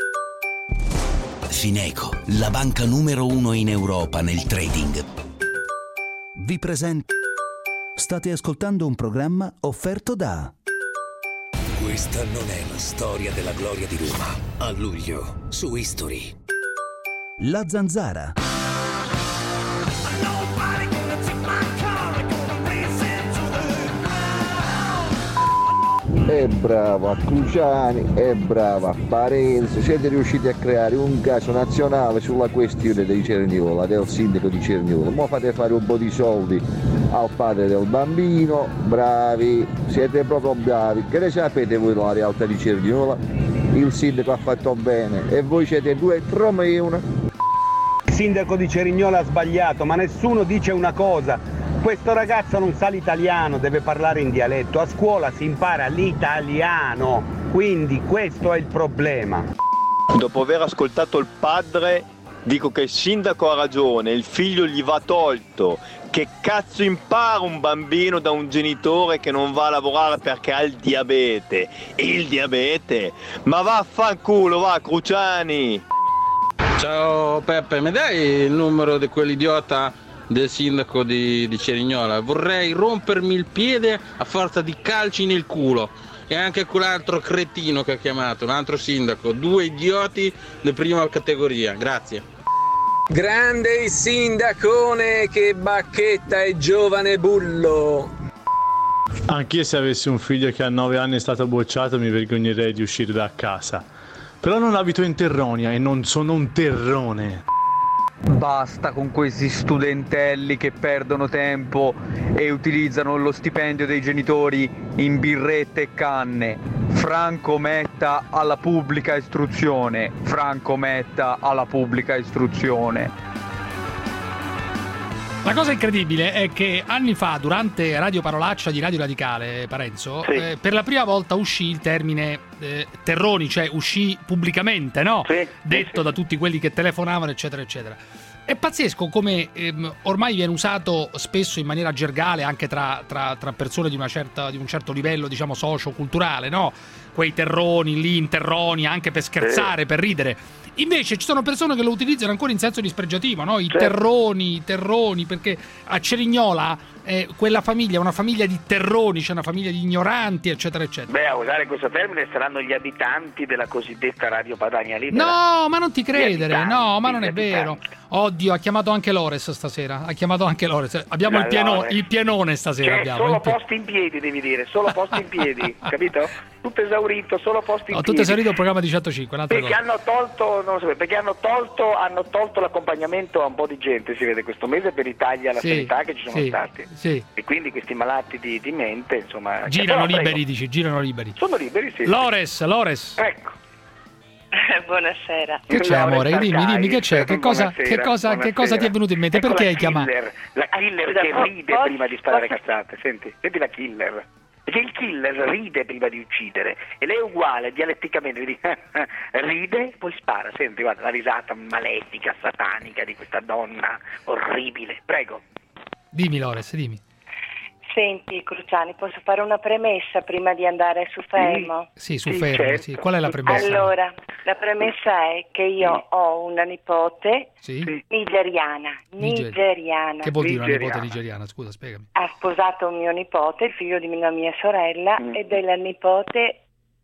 Fineco, la banca numero 1 in Europa nel trading. Vi presento. State ascoltando un programma offerto da... Questa non è la storia della gloria di Roma. A luglio, su History. La Zanzara. È bravo a Cruciani, è bravo a Parenzo, siete riusciti a creare un caso nazionale sulla questione di Cernicola, del sindaco di Cernicola. Mo fate fare un po' di soldi al padre del bambino, bravi, siete proprio bravi. Che ne sapete voi della realtà di Cernicola? Il sindaco ha fatto bene e voi siete due tromeuni. Il sindaco di Cerignola ha sbagliato, ma nessuno dice una cosa. Questo ragazzo non sa l'italiano, deve parlare in dialetto. A scuola si impara l'italiano, quindi questo è il problema. Dopo aver ascoltato il padre, dico che il sindaco ha ragione, il figlio gli va tolto. Che cazzo impara un bambino da un genitore che non va a lavorare perché ha il diabete? Il diabete? Ma vaffanculo, va, Cruciani! Ciao Peppe, mi dai il numero di quell'idiota del sindaco di Cerignola? Vorrei rompermi il piede a forza di calci nel culo. E anche quell'altro cretino che ha chiamato, un altro sindaco. 2 idioti di prima categoria, grazie. Grande il sindacone, che bacchetta e giovane bullo. Anch'io, se avessi un figlio che a 9 anni è stato bocciato, mi vergognerei di uscire da casa. Però non abito in Terronia e non sono un terrone. Basta con questi studentelli che perdono tempo e utilizzano lo stipendio dei genitori in birrette e canne. Franco metta alla pubblica istruzione. Franco metta alla pubblica istruzione. La cosa incredibile è che anni fa, durante Radio Parolaccia di Radio Radicale, Parenzo, Sì. Per la prima volta uscì il termine terroni, cioè uscì pubblicamente, no? Sì, Detto da tutti quelli che telefonavano, eccetera, eccetera. È pazzesco come ormai viene usato spesso in maniera gergale anche tra persone di un certo livello, diciamo, socio-culturale, no? Quei terroni lì, interroni, anche per scherzare, per ridere. Invece ci sono persone che lo utilizzano ancora in senso dispregiativo, no? I terroni, perché a Cerignola quella famiglia è una famiglia di terroni, c'è una famiglia di ignoranti, eccetera, eccetera. Beh, a usare questo termine saranno gli abitanti della cosiddetta Radio Padania Libera. No, ma non ti credere, abitanti, no, ma non è gli vero. abitanti. Oddio, ha chiamato anche Lores stasera. Ha chiamato anche Lores. Abbiamo il pienone stasera. Cioè, abbiamo solo posti in piedi, devi dire, solo posti in piedi, capito? Tutto esaurito, solo posti in piedi. Tutto esaurito il programma di 105, un'altra perché cosa. hanno tolto l'accompagnamento a un po' di gente, si vede questo mese per Italia, la sanità che ci sono stati. Sì. E quindi questi malati di mente, insomma, Girano però, liberi, prego. dici, girano liberi. Sono liberi, sì. Lores. Ecco. Buonasera. Che c'è, amore? Dimmi che c'è, che cosa ti è venuto in mente? Ecco, perché hai chiamato? La killer che ride prima di sparare cazzate, senti la killer. Perché il killer ride prima di uccidere e lei è uguale, dialetticamente, vedi? Ride, poi spara, senti, guarda, la risata malefica, satanica di questa donna orribile. Prego. Dimmi, Lores, dimmi. Senti, Cruciani, posso fare una premessa prima di andare su Fermo? Sì, su Fermo, certo. sì. Qual è la premessa? Allora, la premessa è che io ho una nipote Sì? nigeriana. Che vuol dire una nipote nigeriana? Scusa, spiegami. Ha sposato un mio nipote, il figlio di una mia sorella, ed è la nipote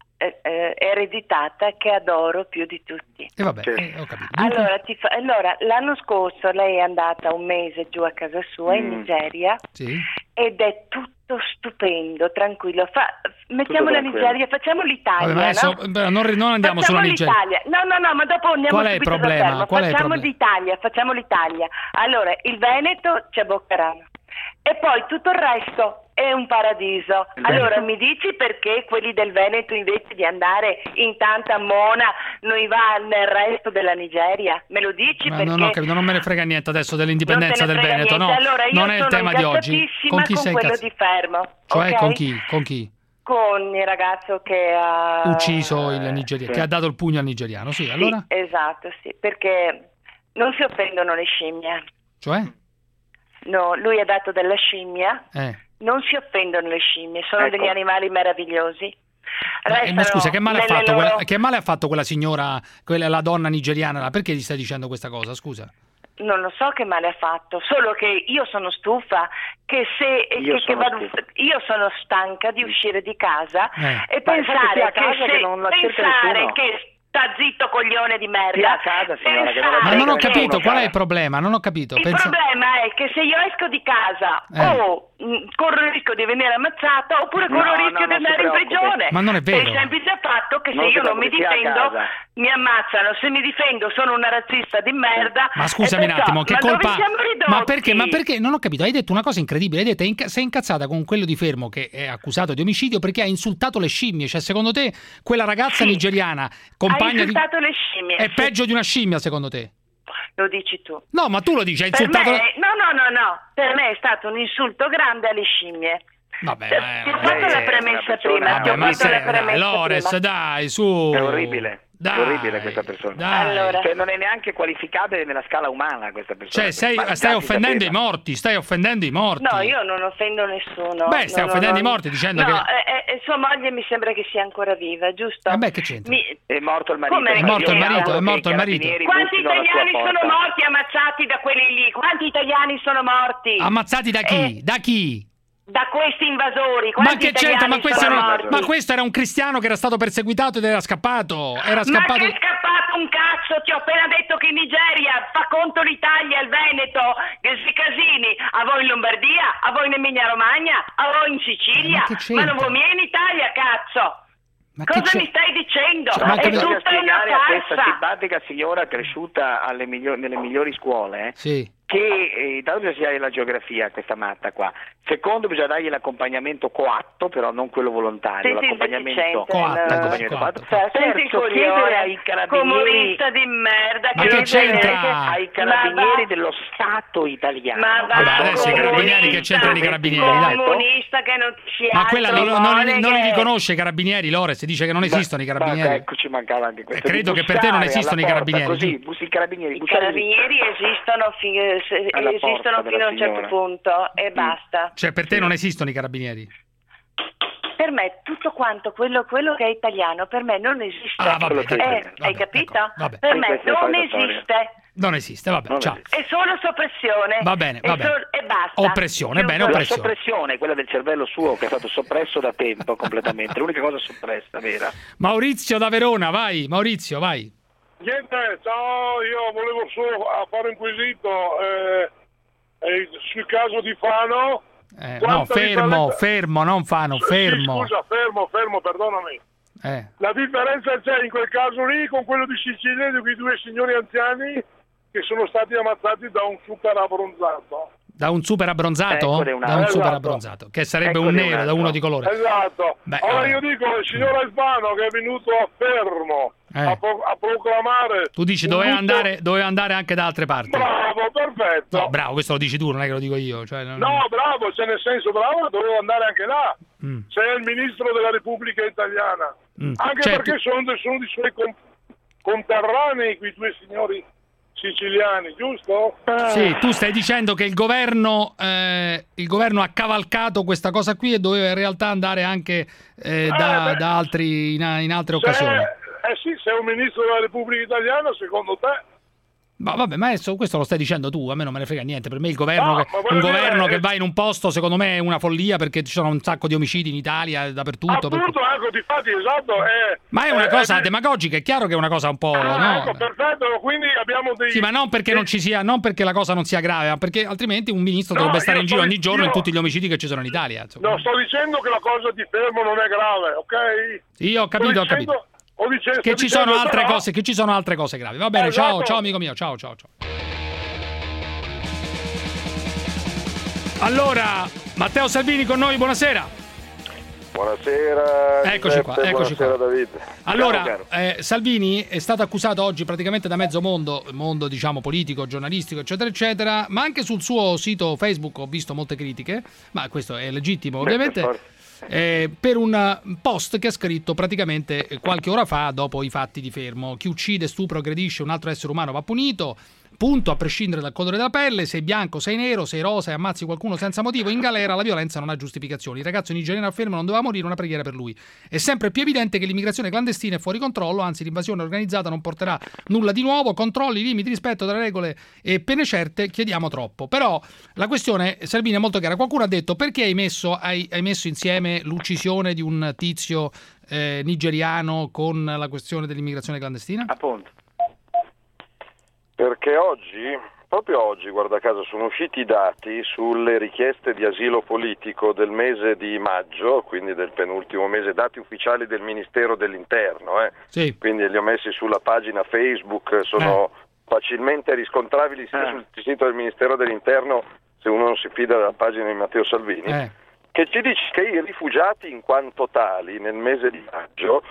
ereditata che adoro più di tutti. E vabbè, ho capito. Dunque... Allora, l'anno scorso lei è andata un mese giù a casa sua in Nigeria, ed è tutto stupendo, tranquillo. Mettiamo la Nigeria, facciamo l'Italia. Vabbè, adesso, non andiamo sulla Nigeria. No, ma dopo andiamo. Qual è il problema? Facciamo l'Italia. Allora, il Veneto c'è Boccarano. E poi tutto il resto è un paradiso. Allora mi dici perché quelli del Veneto, invece di andare in tanta mona, non va nel resto della Nigeria? Me lo dici? Ma perché non ho capito, non me ne frega niente adesso dell'indipendenza del Veneto, no? Allora, io non è il tema di oggi. Con chi sei quello di Fermo? Cioè, okay? Con chi? Con il ragazzo che ha ucciso il nigeriano, che ha dato il pugno al nigeriano, sì, allora? Sì, esatto, sì, perché non si offendono le scimmie. Cioè? No, lui ha dato della scimmia, non si offendono le scimmie, sono degli animali meravigliosi. Ma scusa, che male ha fatto quella signora, la donna nigeriana? Perché gli stai dicendo questa cosa, scusa? Non lo so che male ha fatto, solo che io sono stufa io sono stanca di uscire di casa e pensare che sta zitto, coglione di merda. Ma non ho capito, qual è il problema? Non ho capito. Il problema è che se io esco di casa o corro il rischio di venire ammazzata oppure corro il rischio di andare in prigione. Ma non è vero. Per il semplice fatto che se io non mi difendo mi ammazzano. Se mi difendo sono una razzista di merda. Ma scusami un attimo, che colpa? Ma perché? Non ho capito. Hai detto una cosa incredibile. Hai detto sei incazzata con quello di Fermo che è accusato di omicidio perché ha insultato le scimmie. Cioè, secondo te quella ragazza nigeriana, compagna ha insultato le scimmie, è peggio di una scimmia, secondo te? lo dici tu. No, ma tu lo dici, hai insultato... No. Per me è stato un insulto grande alle scimmie. Vabbè, ti ho fatto la premessa prima. Lores, dai, su. È orribile. Dai, è orribile questa persona. Allora. Cioè, non è neanche qualificabile nella scala umana questa persona. Cioè, stai offendendo i morti, No, io non offendo nessuno. Beh, stai offendendo i morti dicendo che... sua moglie mi sembra che sia ancora viva, giusto? Vabbè, che c'entra? È morto il marito. È morto il marito. Quanti italiani sono morti ammazzati da quelli lì? Quanti italiani sono morti? Ammazzati da chi? Da chi? Da questi invasori. Ma che c'entra? Ma questo era un cristiano che era stato perseguitato ed era scappato. Ma che è scappato un cazzo? Ti ho appena detto che in Nigeria fa conto l'Italia, il Veneto, questi casini. A voi in Lombardia, a voi in Emilia Romagna, a voi in Sicilia. Ma non vuoi in Italia, cazzo? Cosa mi stai dicendo? È tutta una farsa. A questa simpatica signora cresciuta nelle migliori scuole, che intanto si ha la geografia, questa matta qua. Secondo, bisogna dargli l'accompagnemento coatto, però non quello volontario, l'accompagnamento coatto. Terzo, chiedere ai carabinieri, comunista di merda, ma che c'entra? Ai carabinieri dello Stato italiano. Adesso i carabinieri, che c'entrano i carabinieri? Comunista che non ci ma quella non li riconosce i carabinieri, Lores, dice che non esistono i carabinieri. Ecco, ci mancava anche questo. Credo che per te non esistono i carabinieri. Così, i carabinieri esistono fino a un certo punto e basta. Cioè, per te non esistono i carabinieri? Per me tutto quanto quello che è italiano per me non esiste. Hai capito? Per me non esiste. Non esiste, vabbè, ciao. È solo soppressione. Va bene, va bene. E basta. Oppressione, bene, oppressione. La soppressione, quella del cervello suo, che è stato soppresso da tempo completamente. L'unica cosa soppressa, vera. Maurizio da Verona, vai. Maurizio, vai. Niente, ciao, io volevo solo fare un quesito sul caso di Fano. No, fermo, non Fano, fermo. Sì, scusa, fermo, perdonami. La differenza c'è in quel caso lì con quello di Sicilia, di quei due signori anziani che sono stati ammazzati da un super abbronzato. Da un super abbronzato? Super abbronzato, che sarebbe un nero, da uno di colore. Esatto. Ora io dico, il signor Albano che è venuto a Fermo a proclamare... Tu dici doveva andare anche da altre parti. Bravo, perfetto. No, bravo, questo lo dici tu, non è che lo dico io. Cioè, No, bravo, cioè nel senso, bravo, doveva andare anche là. Sei il ministro della Repubblica Italiana. Anche perché sono dei suoi conterranei, quei due signori siciliani, giusto? Sì, tu stai dicendo che il governo ha cavalcato questa cosa qui e doveva in realtà andare anche da altri in altre occasioni. Sì, sei un ministro della Repubblica Italiana, secondo te? Ma vabbè, ma questo lo stai dicendo tu, a me non me ne frega niente. Per me il governo, che va in un posto, secondo me è una follia, perché ci sono un sacco di omicidi in Italia, dappertutto. Appunto, ecco, difatti, esatto. Ma è una cosa demagogica, è chiaro che è una cosa un po'... no? Ecco, perfetto, quindi abbiamo dei... Sì, ma non perché non ci sia, non perché la cosa non sia grave, ma perché altrimenti un ministro dovrebbe stare in giro ogni giorno in tutti gli omicidi che ci sono in Italia. Insomma. No, sto dicendo che la cosa di Fermo non è grave, ok? Sì, ho capito. Che ci sono altre cose gravi. Va bene, ciao amico mio, ciao. Allora, Matteo Salvini con noi, buonasera. Buonasera. Eccoci qua. David. Allora, Salvini è stato accusato oggi praticamente da mezzo mondo diciamo politico, giornalistico, eccetera, eccetera, ma anche sul suo sito Facebook ho visto molte critiche, ma questo è legittimo ovviamente. Per un post che ha scritto praticamente qualche ora fa dopo i fatti di Fermo. Chi uccide, stupra o aggredisce un altro essere umano va punito, punto, a prescindere dal colore della pelle. Sei bianco, sei nero, sei rosa e ammazzi qualcuno senza motivo in galera, la violenza non ha giustificazioni. Il ragazzo nigeriano a Fermo non doveva morire, una preghiera per lui. È sempre più evidente che l'immigrazione clandestina è fuori controllo, anzi l'invasione organizzata non porterà nulla di nuovo. Controlli, limiti, rispetto delle regole e pene certe, chiediamo troppo. Però la questione, Salvini, è molto chiara. Qualcuno ha detto: perché hai messo insieme l'uccisione di un tizio nigeriano con la questione dell'immigrazione clandestina? Appunto. Perché proprio oggi, guarda caso, sono usciti i dati sulle richieste di asilo politico del mese di maggio, quindi del penultimo mese, dati ufficiali del Ministero dell'Interno. Sì. Quindi li ho messi sulla pagina Facebook, sono facilmente riscontrabili sia sul sito del Ministero dell'Interno, se uno non si fida della pagina di Matteo Salvini, che ci dice che i rifugiati in quanto tali nel mese di maggio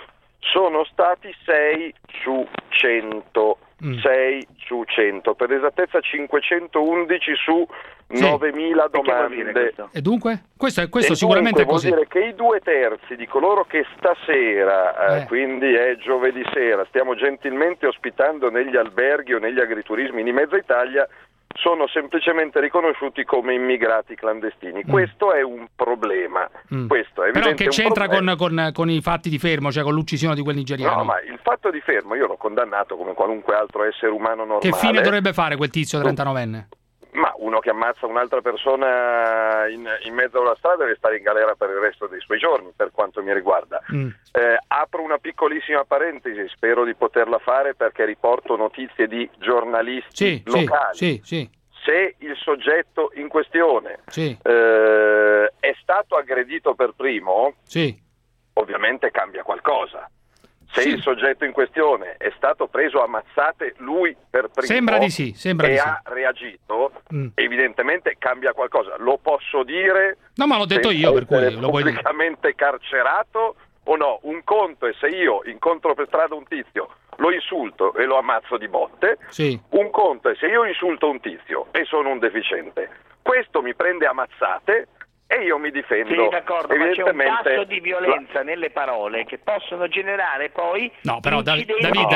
sono stati 6 su 100. 6 su 100, per esattezza 511 su 9.000 domande. E dunque? Questo sicuramente è così. Vuol dire che i 2/3 di coloro che stasera, quindi è giovedì sera, stiamo gentilmente ospitando negli alberghi o negli agriturismi di mezza Italia, sono semplicemente riconosciuti come immigrati clandestini. Questo è un problema. Questo è però che c'entra con i fatti di Fermo, cioè con l'uccisione di quel nigeriano? No, ma il fatto di Fermo io l'ho condannato come qualunque altro essere umano normale. Che fine dovrebbe fare quel tizio 39enne? Ma uno che ammazza un'altra persona in mezzo alla strada deve stare in galera per il resto dei suoi giorni, per quanto mi riguarda. Apro una piccolissima parentesi, spero di poterla fare perché riporto notizie di giornalisti locali. Se il soggetto in questione è stato aggredito per primo, ovviamente cambia qualcosa. Se il soggetto in questione è stato preso a mazzate lui per primo sembra di sì. Ha reagito, evidentemente cambia qualcosa. Lo posso dire? No, ma l'ho detto io, per cui lo puoi dire. Pubblicamente carcerato o no? Un conto è se io incontro per strada un tizio, lo insulto e lo ammazzo di botte. Un conto è se io insulto un tizio e sono un deficiente. Questo mi prende a mazzate e io mi difendo. Sì, d'accordo, ma c'è un tasso di violenza nelle parole che possono generare poi Davide,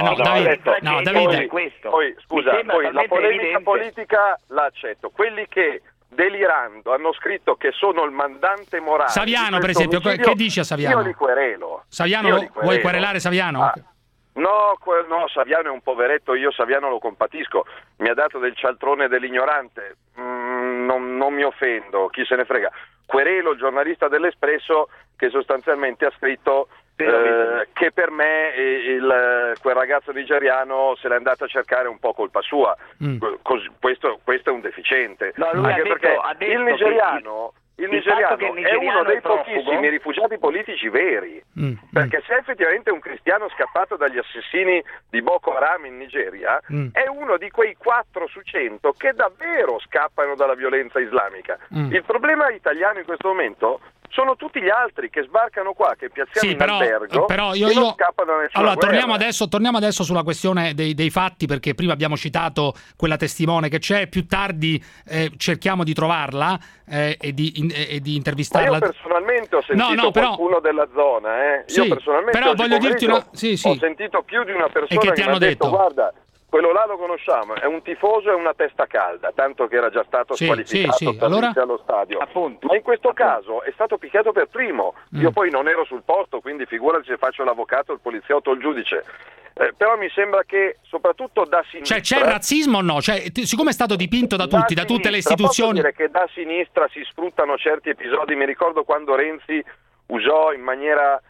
poi scusa, poi la polemica politica la accetto. Quelli che delirando hanno scritto che sono il mandante morale. Saviano, per esempio, che dice a Saviano? Io li querelo. Saviano, vuoi querelare Saviano? No, Saviano è un poveretto, io Saviano lo compatisco, mi ha dato del cialtrone dell'ignorante, non mi offendo, chi se ne frega. Querelo il giornalista dell'Espresso che sostanzialmente ha scritto che per me quel ragazzo nigeriano se l'è andato a cercare un po' colpa sua. Questo è un deficiente. No, lui anche ha detto il nigeriano è uno dei pochissimi rifugiati politici veri, perché se effettivamente è un cristiano scappato dagli assassini di Boko Haram in Nigeria, è uno di quei 4 su 100 che davvero scappano dalla violenza islamica. Il problema italiano in questo momento sono tutti gli altri che sbarcano qua, che piazziamo in albergo, però e non scappano da nessuna guerra. Torniamo adesso sulla questione dei fatti, perché prima abbiamo citato quella testimone che c'è, più tardi cerchiamo di trovarla e di intervistarla. Ma io personalmente ho sentito qualcuno della zona, io personalmente però voglio dirti ho sentito più di una persona che mi ha detto guarda, quello là lo conosciamo, è un tifoso e una testa calda, tanto che era già stato squalificato per iniziare allo stadio. Ma in questo caso è stato picchiato per primo. Io poi non ero sul posto, quindi figurati se faccio l'avvocato, il poliziotto o il giudice. Però mi sembra che soprattutto da sinistra... Cioè c'è razzismo o no? Cioè, siccome è stato dipinto da tutti, da tutte le istituzioni... Posso dire che da sinistra si sfruttano certi episodi. Mi ricordo quando Renzi usò in maniera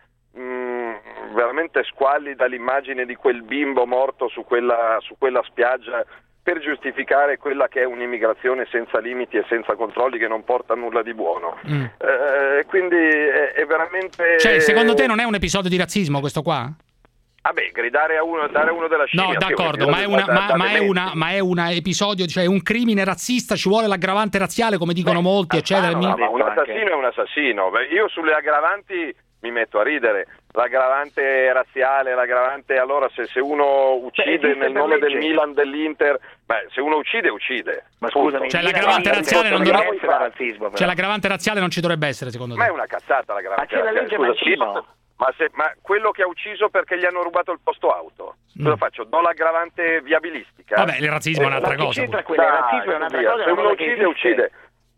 veramente squallida l'immagine di quel bimbo morto su quella spiaggia per giustificare quella che è un'immigrazione senza limiti e senza controlli che non porta a nulla di buono. Quindi è veramente... Cioè, secondo te non è un episodio di razzismo questo qua? Vabbè, dare a uno della scimmia. No, d'accordo, ma è un episodio, cioè un crimine razzista, ci vuole l'aggravante razziale, come dicono molti, eccetera. Ma un assassino è un assassino. Io sulle aggravanti mi metto a ridere. L'aggravante razziale, l'aggravante, se uno uccide nel nome del Milan, dell'Inter, se uno uccide. Ma scusami, cioè l'aggravante razziale non dovrebbe essere razzismo. Cioè l'aggravante razziale non ci dovrebbe essere, secondo te? Ma è una cazzata l'aggravante razziale. Ma c'è la legge Mancino. Ma quello che ha ucciso perché gli hanno rubato il posto auto, cosa faccio? Do l'aggravante viabilistica? Vabbè, il razzismo è un'altra cosa. Il razzismo è un'altra cosa. Se uno uccide.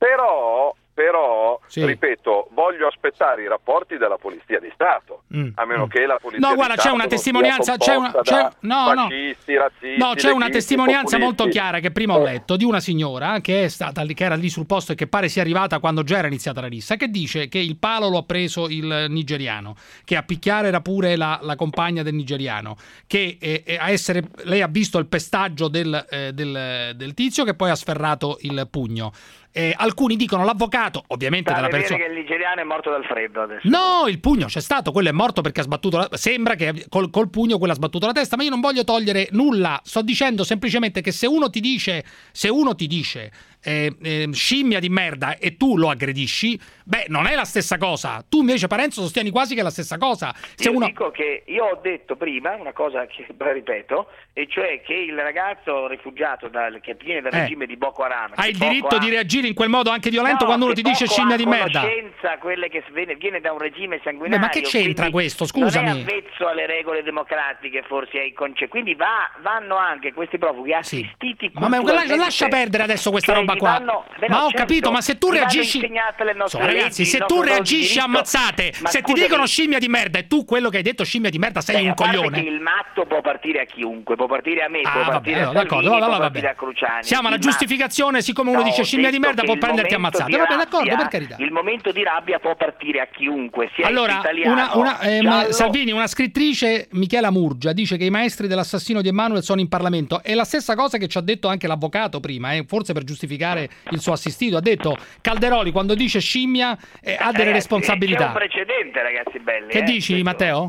Però ripeto, voglio aspettare i rapporti della Polizia di Stato, a meno che la Polizia di Stato c'è una testimonianza, fascisti, razzisti. No, c'è una testimonianza molto chiara che prima ho letto di una signora che era lì sul posto e che pare sia arrivata quando già era iniziata la rissa, che dice che il palo lo ha preso il nigeriano, che a picchiare era pure la compagna del nigeriano, che lei ha visto il pestaggio del tizio che poi ha sferrato il pugno. Alcuni dicono l'avvocato, ovviamente della persona. Che il nigeriano è morto dal freddo adesso. No, il pugno c'è stato, quello è morto perché ha sbattuto sembra che col pugno quello ha sbattuto la testa, ma io non voglio togliere nulla, sto dicendo semplicemente che se uno ti dice scimmia di merda e tu lo aggredisci, beh, non è la stessa cosa. Tu invece, Parenzo, sostieni quasi che è la stessa cosa. Dico che io ho detto prima una cosa che ripeto, e cioè che il ragazzo rifugiato che viene dal regime di Boko Haram ha il diritto di reagire in quel modo anche violento quando uno ti dice scimmia di merda. Quelle che viene da un regime sanguinario. Ma che c'entra questo? Scusami. Non è avvezzo alle regole democratiche, forse ai concetti. Quindi vanno anche questi profughi assistiti. Ma lascia perdere adesso questa roba qua. Ma ho capito, ma se tu reagisci, ragazzi, se tu reagisci ammazzate, se ti dicono scimmia di merda e tu quello che hai detto scimmia di merda sei un coglione. Il matto può partire a chiunque, può partire a me, può partire a Salvini, può partire a Cruciani. Siamo alla giustificazione, siccome uno dice scimmia di merda può prenderti ammazzate. Vabbè, d'accordo, per carità. Il momento di rabbia può partire a chiunque, sia allora, italiano. Salvini, una scrittrice, Michela Murgia, dice che i maestri dell'assassino di Emanuel sono in Parlamento. È la stessa cosa che ci ha detto anche l'avvocato prima, forse per giustificare il suo assistito. Ha detto Calderoli quando dice scimmia ha delle responsabilità. C'è un precedente, ragazzi belli. Che dici, questo? Matteo?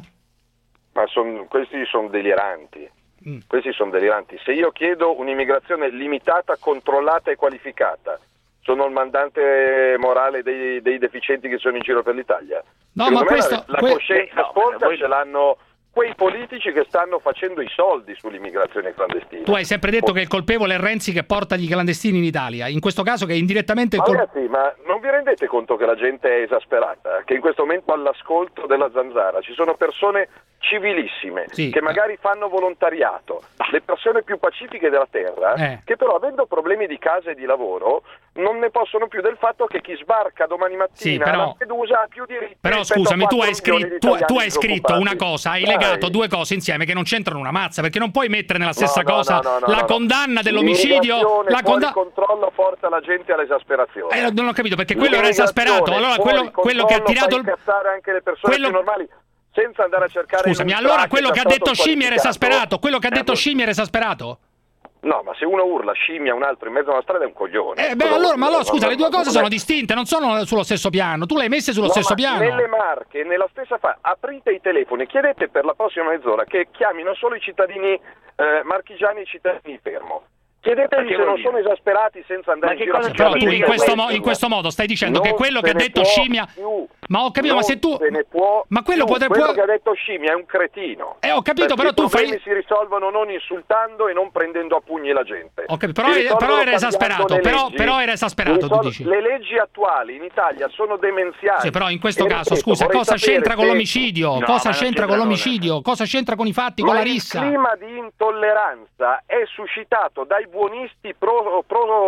Ma questi sono deliranti. Questi sono deliranti. Se io chiedo un'immigrazione limitata, controllata e qualificata, sono il mandante morale dei deficienti che sono in giro per l'Italia. No, ma questo, la coscienza sporca ce l'hanno quei politici che stanno facendo i soldi sull'immigrazione clandestina. Tu hai sempre detto che il colpevole è Renzi che porta gli clandestini in Italia, in questo caso che è indirettamente ragazzi, ma non vi rendete conto che la gente è esasperata? Che in questo momento all'ascolto della Zanzara ci sono persone civilissime, che magari fanno volontariato, le persone più pacifiche della terra, che però avendo problemi di casa e di lavoro non ne possono più del fatto che chi sbarca domani mattina a Lampedusa ha più diritti. Però scusami, tu hai scritto una cosa, hai legato due cose insieme che non c'entrano una mazza, perché non puoi mettere nella stessa cosa la condanna dell'omicidio, il controllo porta la gente all'esasperazione. Non ho capito, perché quello era esasperato. Allora quello che ha tirato il anche le persone più normali senza andare a cercare. Scusami, allora quello che ha detto scimmia era esasperato? Quello che ha detto scimmia era esasperato? No, ma se uno urla scimmia a un altro in mezzo a una strada è un coglione. Allora scusa, le due cose sono distinte, non sono sullo stesso piano. Tu le hai messe sullo stesso piano. Nelle Marche, nella stessa aprite i telefoni, chiedete per la prossima mezz'ora che chiamino solo i cittadini marchigiani e i cittadini Fermo. Chiedetegli se non sono esasperati senza andare in giro a però tu in questo modo stai dicendo che quello che ha detto scimmia ma ho capito, ma se tu ma quello che ha detto scimmia è un cretino. Ho capito, però tu fai. I problemi si risolvono non insultando e non prendendo a pugni la gente. Ho capito, però era esasperato, però era esasperato, tu dici. Le leggi attuali in Italia sono demenziali. Sì, però in questo caso, scusa, cosa c'entra con l'omicidio? Cosa c'entra con l'omicidio? Cosa c'entra con i fatti, con la rissa? Il clima di intolleranza è suscitato dai buonisti pro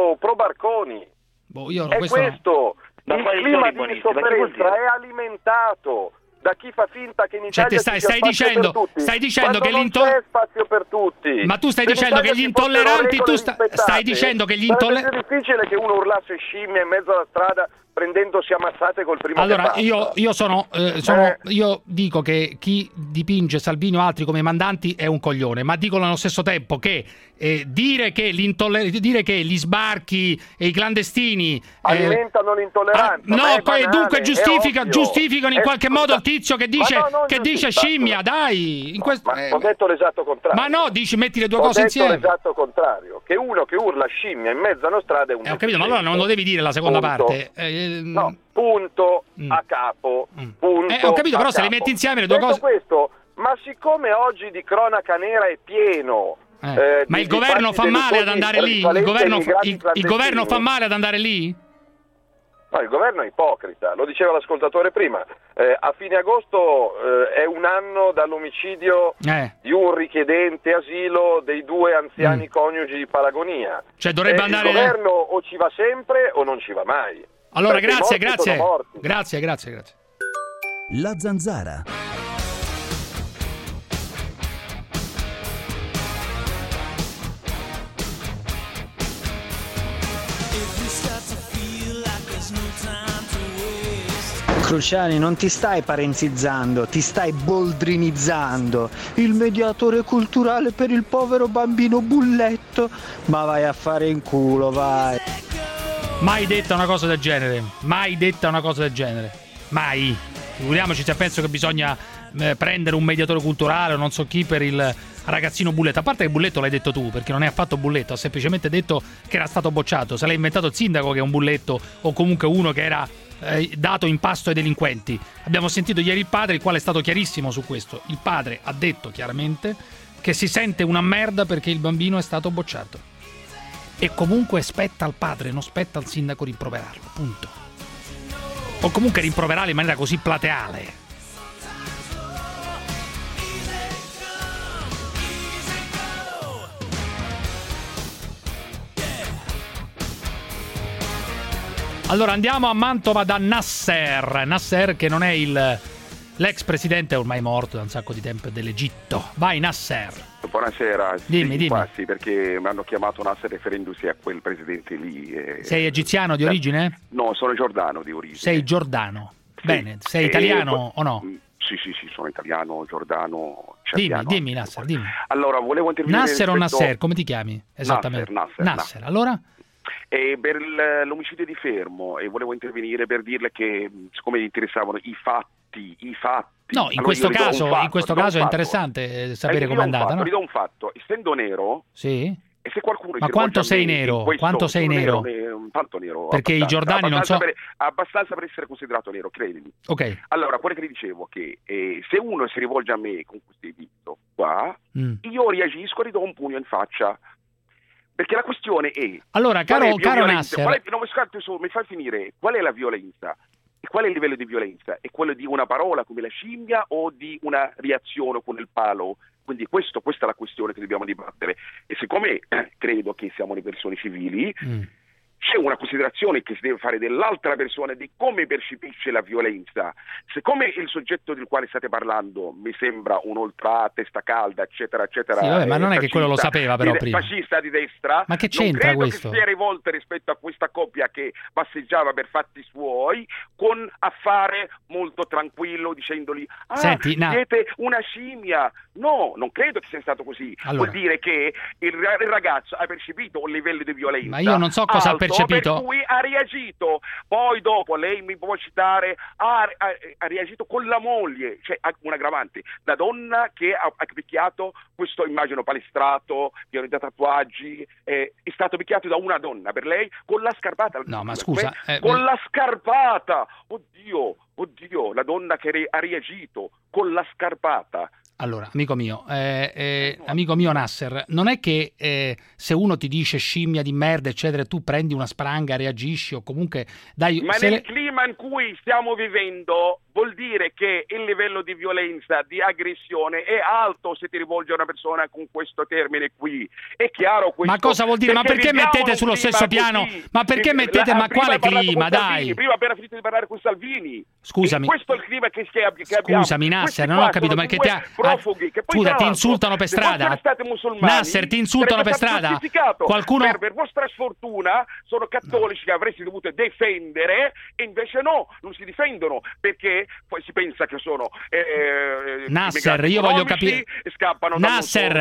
Barconi. Questo. Il clima di sofferenza è alimentato da chi fa finta che in Italia stai dicendo che non c'è spazio per tutti. Ma tu stai dicendo che gli intolleranti stai dicendo che gli intolleranti è difficile che uno urlasse scimmia in mezzo alla strada prendendosi ammazzate col primo allora io dico che chi dipinge Salvini o altri come mandanti è un coglione, ma dico allo stesso tempo che dire che gli sbarchi e i clandestini alimentano l'intolleranza dunque giustificano in qualche modo il tizio che dice scimmia, dai. Ho detto l'esatto contrario. Ma no, dici metti le due cose insieme. Ho detto l'esatto contrario, che uno che urla scimmia in mezzo a una strada è un ho capito, ma allora non lo devi dire la seconda parte. No, punto a capo. Ho capito, però se le metti insieme le due cose. Ma siccome oggi di cronaca nera è pieno. Ma il governo fa male ad andare lì? Il governo fa male ad andare lì? No, il governo è ipocrita, lo diceva l'ascoltatore prima. A fine agosto è un anno dall'omicidio di un richiedente asilo dei due anziani coniugi di Palagonia. Cioè dovrebbe andare. Il governo o ci va sempre o non ci va mai. Allora, grazie. La Zanzara. Cruciani, non ti stai parenzizzando, ti stai boldrinizzando. Il mediatore culturale per il povero bambino bulletto. Ma vai a fare in culo, vai. Mai detta una cosa del genere. Mai. Figuriamoci se penso che bisogna prendere un mediatore culturale o non so chi per il ragazzino bulletto. A parte che bulletto l'hai detto tu, perché non è affatto bulletto, ha semplicemente detto che era stato bocciato. Se l'ha inventato il sindaco che è un bulletto, o comunque uno che era dato in pasto ai delinquenti. Abbiamo sentito ieri il padre, il quale è stato chiarissimo su questo. Il padre ha detto chiaramente che si sente una merda perché il bambino è stato bocciato. E comunque spetta al padre, non spetta al sindaco rimproverarlo, punto. O comunque rimproverarlo in maniera così plateale. Allora andiamo a Mantova da Nasser che non è l'ex presidente ormai morto da un sacco di tempo dell'Egitto. Vai Nasser. Buonasera. Dimmi. Sì, perché mi hanno chiamato Nasser riferendosi a quel presidente lì. Sei egiziano di origine? No, sono giordano di origine. Sei giordano. Sì. Bene, sei italiano o no? Sì, sono italiano, giordano. Dimmi Nasser, dimmi. Allora, volevo intervenire. Nasser o Nasser, come ti chiami? Esattamente. Nasser. Allora? Per l'omicidio di Fermo, e volevo intervenire per dirle che siccome gli interessavano i fatti. No, in questo caso è interessante sapere com'è andata, no? Vi do un fatto, essendo nero. Sì. E se qualcuno ma quanto sei nero? Quanto sei nero? Tanto nero. Perché i giordani non so. Abbastanza per essere considerato nero, credimi. Ok. Allora, quello che vi dicevo che se uno si rivolge a me con questo editto qua, io reagisco e gli do un pugno in faccia. Perché la questione è... Allora, caro Nasser... mi fai finire. Qual è la violenza? E qual è il livello di violenza? È quello di una parola come la scimmia o di una reazione con il palo? Quindi questa è la questione che dobbiamo dibattere. E siccome credo che siamo le persone civili... C'è una considerazione che si deve fare dell'altra persona di come percepisce la violenza. Siccome il soggetto del quale state parlando mi sembra un oltre testa calda, eccetera, eccetera. Sì, vabbè, ma non è che quello lo sapeva però prima. Fascista di destra. Ma che c'entra non credo questo? che sia rivolta rispetto a questa coppia che passeggiava per fatti suoi con affare molto tranquillo dicendogli siete una scimmia. No, non credo che sia stato così. Allora. Vuol dire che il ragazzo ha percepito un livello di violenza. Ma io non so cosa ha percepito. Per cui ha reagito. Poi dopo lei mi può citare ha reagito con la moglie, cioè un aggravante. La donna che ha picchiato questo immagino palestrato, pieno di tatuaggi, è stato picchiato da una donna, per lei con la scarpata. No, ma scusa, con la scarpata. Oddio, la donna che ha reagito con la scarpata. Allora, amico mio Nasser, non è che se uno ti dice scimmia di merda, eccetera, tu prendi una spranga, reagisci o comunque dai... Ma nel clima in cui stiamo vivendo vuol dire che il livello di violenza, di aggressione è alto se ti rivolge a una persona con questo termine qui. È chiaro questo. Ma cosa vuol dire? Ma perché mettete sullo stesso piano? Ma perché mettete? Ma quale clima? Dai. Prima appena finito di parlare con Salvini. Scusami. Questo è il clima che abbiamo. Scusami Nasser, non ho capito, ma che ti scusa, ti insultano per strada? Nasser, ti insultano per strada? Qualcuno per vostra sfortuna sono cattolici che avresti dovuto difendere e invece no, non si difendono perché poi si pensa che sono Nasser, io voglio capire. Scappano Nasser,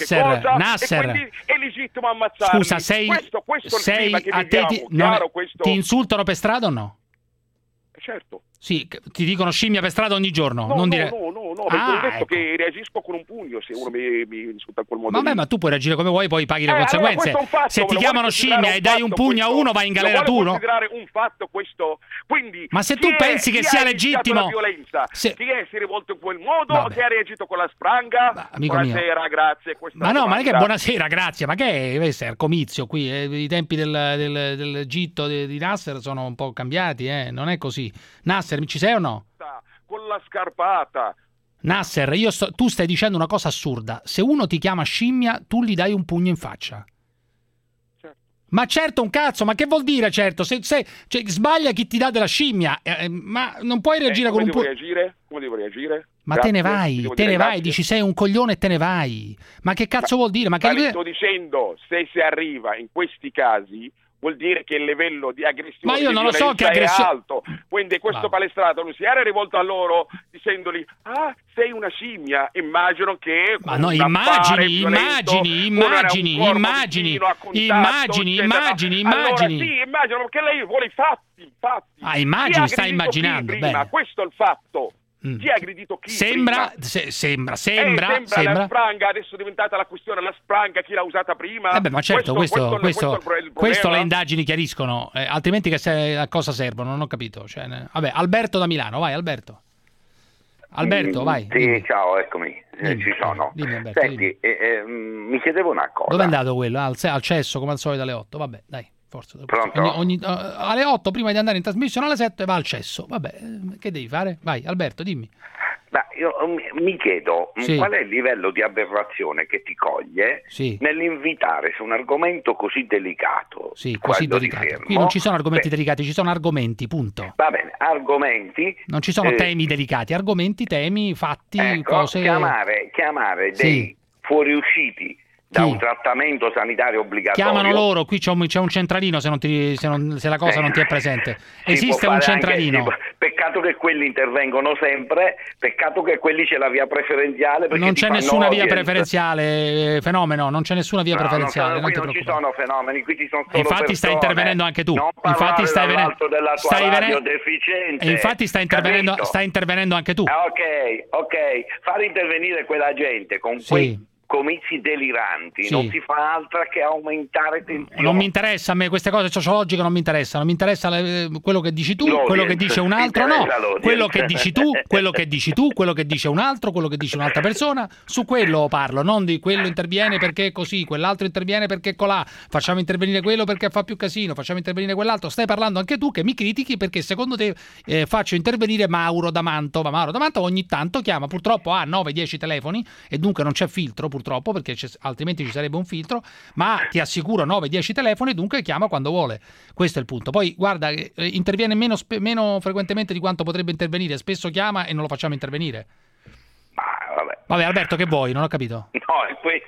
e quindi è legittimo ammazzarli. Scusa, questo è il clima che viviamo, ti insultano per strada o no? Certo. Sì, ti dicono scimmia per strada ogni giorno. No, dire... perché ho detto che reagisco con un pugno se uno mi insulta in quel modo. Vabbè, ma tu puoi reagire come vuoi, poi paghi le conseguenze. Allora, se ti chiamano scimmia e dai un pugno a uno, vai in galera tu, no? Considerare un fatto questo. Quindi, ma se tu pensi che sia legittimo la violenza, chi è si è rivolto in quel modo o chi ha reagito con la spranga? Buonasera, grazie. Ma no, ma non è che buonasera, grazie, ma che è il comizio qui? I tempi dell'Egitto di Nasser sono un po' cambiati, non è così. Nasser, ci sei o no? Con la scarpata. Nasser, tu stai dicendo una cosa assurda. Se uno ti chiama scimmia, tu gli dai un pugno in faccia. Certo. Ma certo un cazzo, ma che vuol dire certo? Se sbaglia chi ti dà della scimmia, ma non puoi reagire con un pugno. Come devo reagire? Ma grazie, te ne vai, dici sei un coglione e te ne vai. Ma che cazzo vuol dire? Ma sto dicendo, se si arriva in questi casi vuol dire che il livello di aggressione io non lo so che è alto. Quindi questo palestrato non si era rivolto a loro dicendoli sei una scimmia. Immagino che immagini. Allora sì, immagino che lei vuole i fatti. Stai immaginando. Prima, questo è il fatto. Chi ha aggredito chi? Sembra. La spranga, adesso è diventata la questione, la spranga, chi l'ha usata prima. Ma certo, questo le indagini chiariscono, altrimenti a cosa servono? Non ho capito. Vabbè, Alberto da Milano, vai Alberto. Alberto, vai. Sì, dimmi. Ciao, eccomi, ci sono. Dimmi, Alberto, senti, mi chiedevo una cosa. Dove è andato quello? Al cesso, come al solito alle 8, vabbè, dai. Forza. Alle 8 prima di andare in trasmissione alle 7 va al cesso. Vabbè, che devi fare? Vai, Alberto, dimmi. Io mi chiedo qual è il livello di aberrazione che ti coglie nell'invitare su un argomento così delicato. Sì, così delicato. Qui non ci sono argomenti delicati, ci sono argomenti, punto. Va bene, argomenti. Non ci sono temi delicati, argomenti, temi, fatti, cose. Chiamare dei fuoriusciti da un trattamento sanitario obbligatorio. Chiamano loro, qui c'è un centralino se la cosa non ti è presente. Esiste un centralino. Peccato che quelli intervengono sempre, peccato che quelli c'è la via preferenziale. Non c'è nessuna via preferenziale, fenomeno, non c'è nessuna via preferenziale. Qui non ci sono fenomeni, qui ci sono solo infatti persone. Stai intervenendo anche tu. Infatti stai deficiente. E infatti stai intervenendo anche tu. Ok, far intervenire quella gente con quei comizi deliranti non si fa altro che aumentare tensione. Non mi interessa a me queste cose sociologiche, non mi interessano, mi interessa quello che dici tu, quello che dice un altro, quello che dici tu, quello che dice un altro, quello che dice un'altra persona, su quello parlo, non di quello interviene perché è così, quell'altro interviene perché è colà, facciamo intervenire quello perché fa più casino, facciamo intervenire quell'altro. Stai parlando anche tu che mi critichi perché secondo te faccio intervenire Mauro da Mantova. Mauro da Mantova ogni tanto chiama, purtroppo ha 9-10 telefoni e dunque non c'è filtro, purtroppo, perché altrimenti ci sarebbe un filtro, ma ti assicuro 9-10 telefoni e dunque chiama quando vuole. Questo è il punto. Poi guarda, interviene meno frequentemente di quanto potrebbe intervenire, spesso chiama e non lo facciamo intervenire. Vabbè Alberto, che vuoi? Non ho capito. No,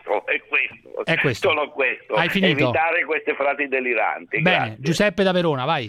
è questo. Solo questo. Hai finito? Evitare queste frasi deliranti. Bene, grazie. Giuseppe da Verona, vai.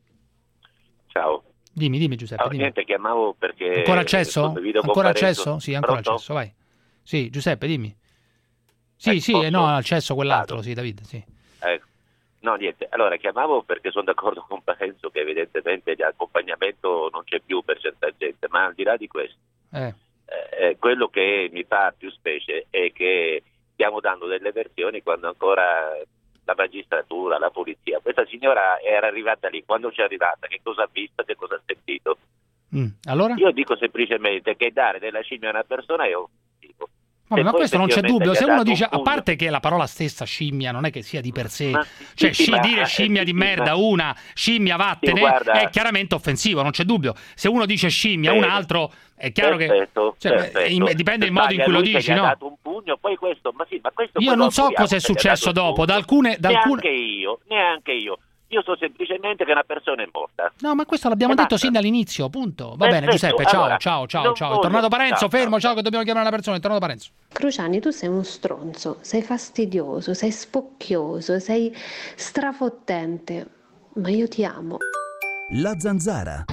Ciao. Dimmi Giuseppe. Ciao, niente, chiamavo perché... Ancora accesso? Ancora accesso? Sì, ancora accesso, vai. Sì, Giuseppe, dimmi. Sì, no, al cesso quell'altro, sì, David, sì. No, niente. Allora, chiamavo perché sono d'accordo con Parenzo che evidentemente l'accompagnamento non c'è più per certa gente, ma al di là di questo, quello che mi fa più specie è che stiamo dando delle versioni quando ancora la magistratura, la polizia, questa signora era arrivata lì, quando c'è arrivata, che cosa ha visto, che cosa ha sentito? Allora? Io dico semplicemente che dare della scimmia a una persona è offensivo. Vabbè, ma questo non c'è dubbio. Se uno dice, a parte che la parola stessa scimmia non è che sia di per sé, dire scimmia di merda, una scimmia vattene, è chiaramente offensivo, non c'è dubbio. Se uno dice scimmia, un altro è chiaro che dipende il modo in cui lo dici, no? Dato un pugno, poi questo, questo io non so cosa è successo dopo, neanche io. Io so semplicemente che una persona è morta. No, ma questo l'abbiamo detto sin dall'inizio, punto. Va bene, Giuseppe, ciao. È tornato Parenzo, fermo, ciao che dobbiamo chiamare una persona, è tornato Parenzo. Cruciani, tu sei uno stronzo, sei fastidioso, sei spocchioso, sei strafottente, ma io ti amo. La Zanzara.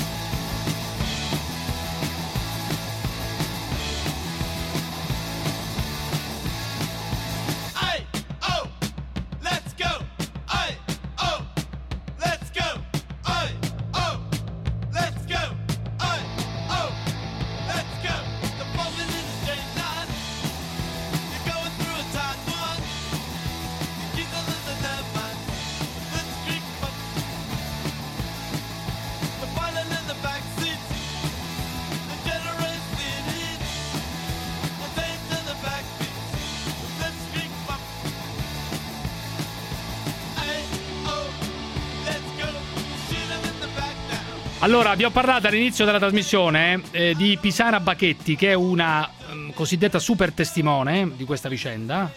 Allora, abbiamo parlato all'inizio della trasmissione di Pisana Bachetti, che è una cosiddetta super testimone di questa vicenda.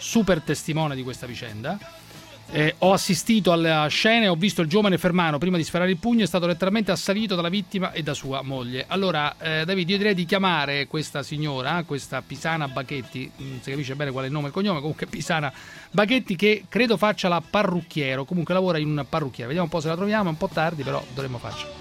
Ho assistito alle scene, ho visto il giovane Fermano prima di sferrare il pugno, è stato letteralmente assalito dalla vittima e da sua moglie. Allora, David, io direi di chiamare questa signora, questa Pisana Bachetti, non si capisce bene qual è il nome e il cognome, comunque Pisana Bachetti, che credo faccia la parrucchiera, o comunque lavora in una parrucchiera. Vediamo un po' se la troviamo, è un po' tardi, però dovremmo farcela.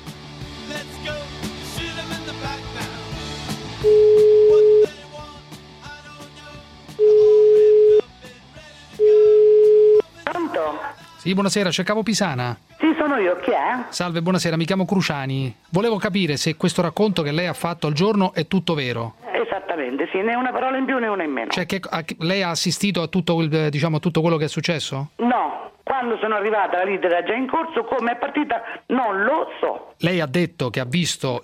Pronto? Sì, buonasera, cercavo Pisana. Sì, sono io, chi è? Salve, buonasera, mi chiamo Cruciani. Volevo capire se questo racconto che lei ha fatto al giorno è tutto vero. Esattamente, sì, né una parola in più né una in meno. Cioè che lei ha assistito a tutto quello che è successo? No, quando sono arrivata la lite era già in corso, come è partita non lo so. Lei ha detto che ha visto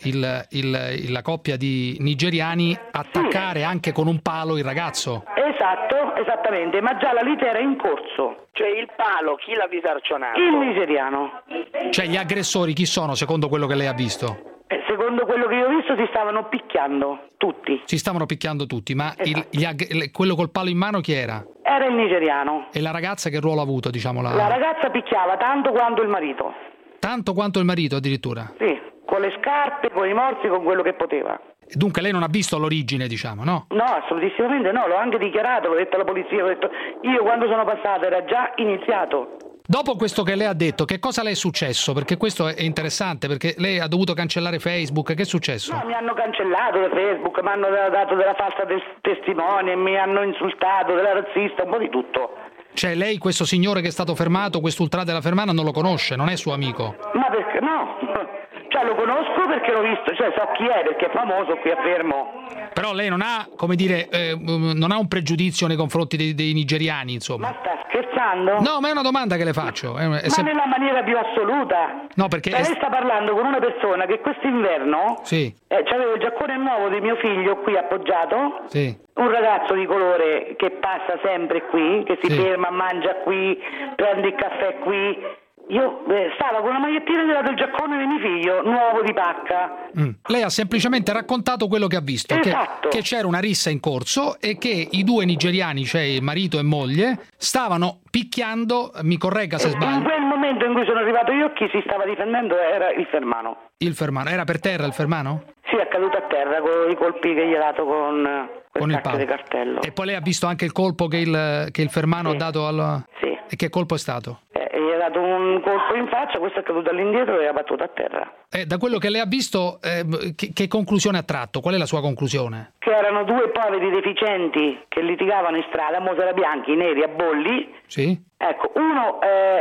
la coppia di nigeriani attaccare anche con un palo il ragazzo. Esatto, esattamente, ma già la lite era in corso. Cioè il palo, chi l'ha disarcionato? Il nigeriano. Cioè gli aggressori chi sono secondo quello che lei ha visto? Secondo quello che io ho visto si stavano picchiando tutti. Si stavano picchiando tutti, ma esatto. Quello col palo in mano chi era? Era il nigeriano. E la ragazza che ruolo ha avuto, diciamo? La ragazza picchiava tanto quanto il marito. Tanto quanto il marito addirittura? Sì, con le scarpe, con i morsi, con quello che poteva. Dunque lei non ha visto l'origine, diciamo, no? No, assolutissimamente no, l'ho anche dichiarato, l'ho detto alla polizia, l'ho detto io quando sono passato era già iniziato. Dopo questo che lei ha detto, che cosa le è successo? Perché questo è interessante, perché lei ha dovuto cancellare Facebook, che è successo? No, mi hanno cancellato da Facebook, mi hanno dato della falsa testimone, mi hanno insultato, della razzista, un po' di tutto. Cioè lei questo signore che è stato fermato, quest'ultra della Fermana, non lo conosce, non è suo amico? Ma perché no? Cioè lo conosco perché l'ho visto, cioè so chi è, perché è famoso qui a Fermo. Però lei non ha, come dire, non ha un pregiudizio nei confronti dei nigeriani, insomma. Ma sta scherzando? No, ma è una domanda che le faccio. Ma nella maniera più assoluta. No, perché... Cioè, lei sta parlando con una persona che quest'inverno... Sì. C'avevo il giaccone nuovo di mio figlio qui appoggiato. Sì. Un ragazzo di colore che passa sempre qui, che si ferma, mangia qui, prende il caffè qui... Io stavo con una magliettina del giaccone di mio figlio, nuovo di pacca. Lei ha semplicemente raccontato quello che ha visto, esatto. che c'era una rissa in corso e che i due nigeriani, cioè marito e moglie, stavano picchiando, mi corregga se sbaglio. In quel momento in cui sono arrivato io, chi si stava difendendo era il Fermano. Il Fermano, era per terra il Fermano? Sì, è caduto a terra con i colpi che gli ha dato con il palo di cartello. E poi lei ha visto anche il colpo che il Fermano ha dato al... Sì. E che colpo è stato? Gli ha dato un colpo in faccia, questo è caduto all'indietro e ha battuto a terra. Da quello che lei ha visto, che conclusione ha tratto? Qual è la sua conclusione? Che erano due poveri deficienti che litigavano in strada, mosera bianchi, neri, a bolli. Sì. Ecco, uno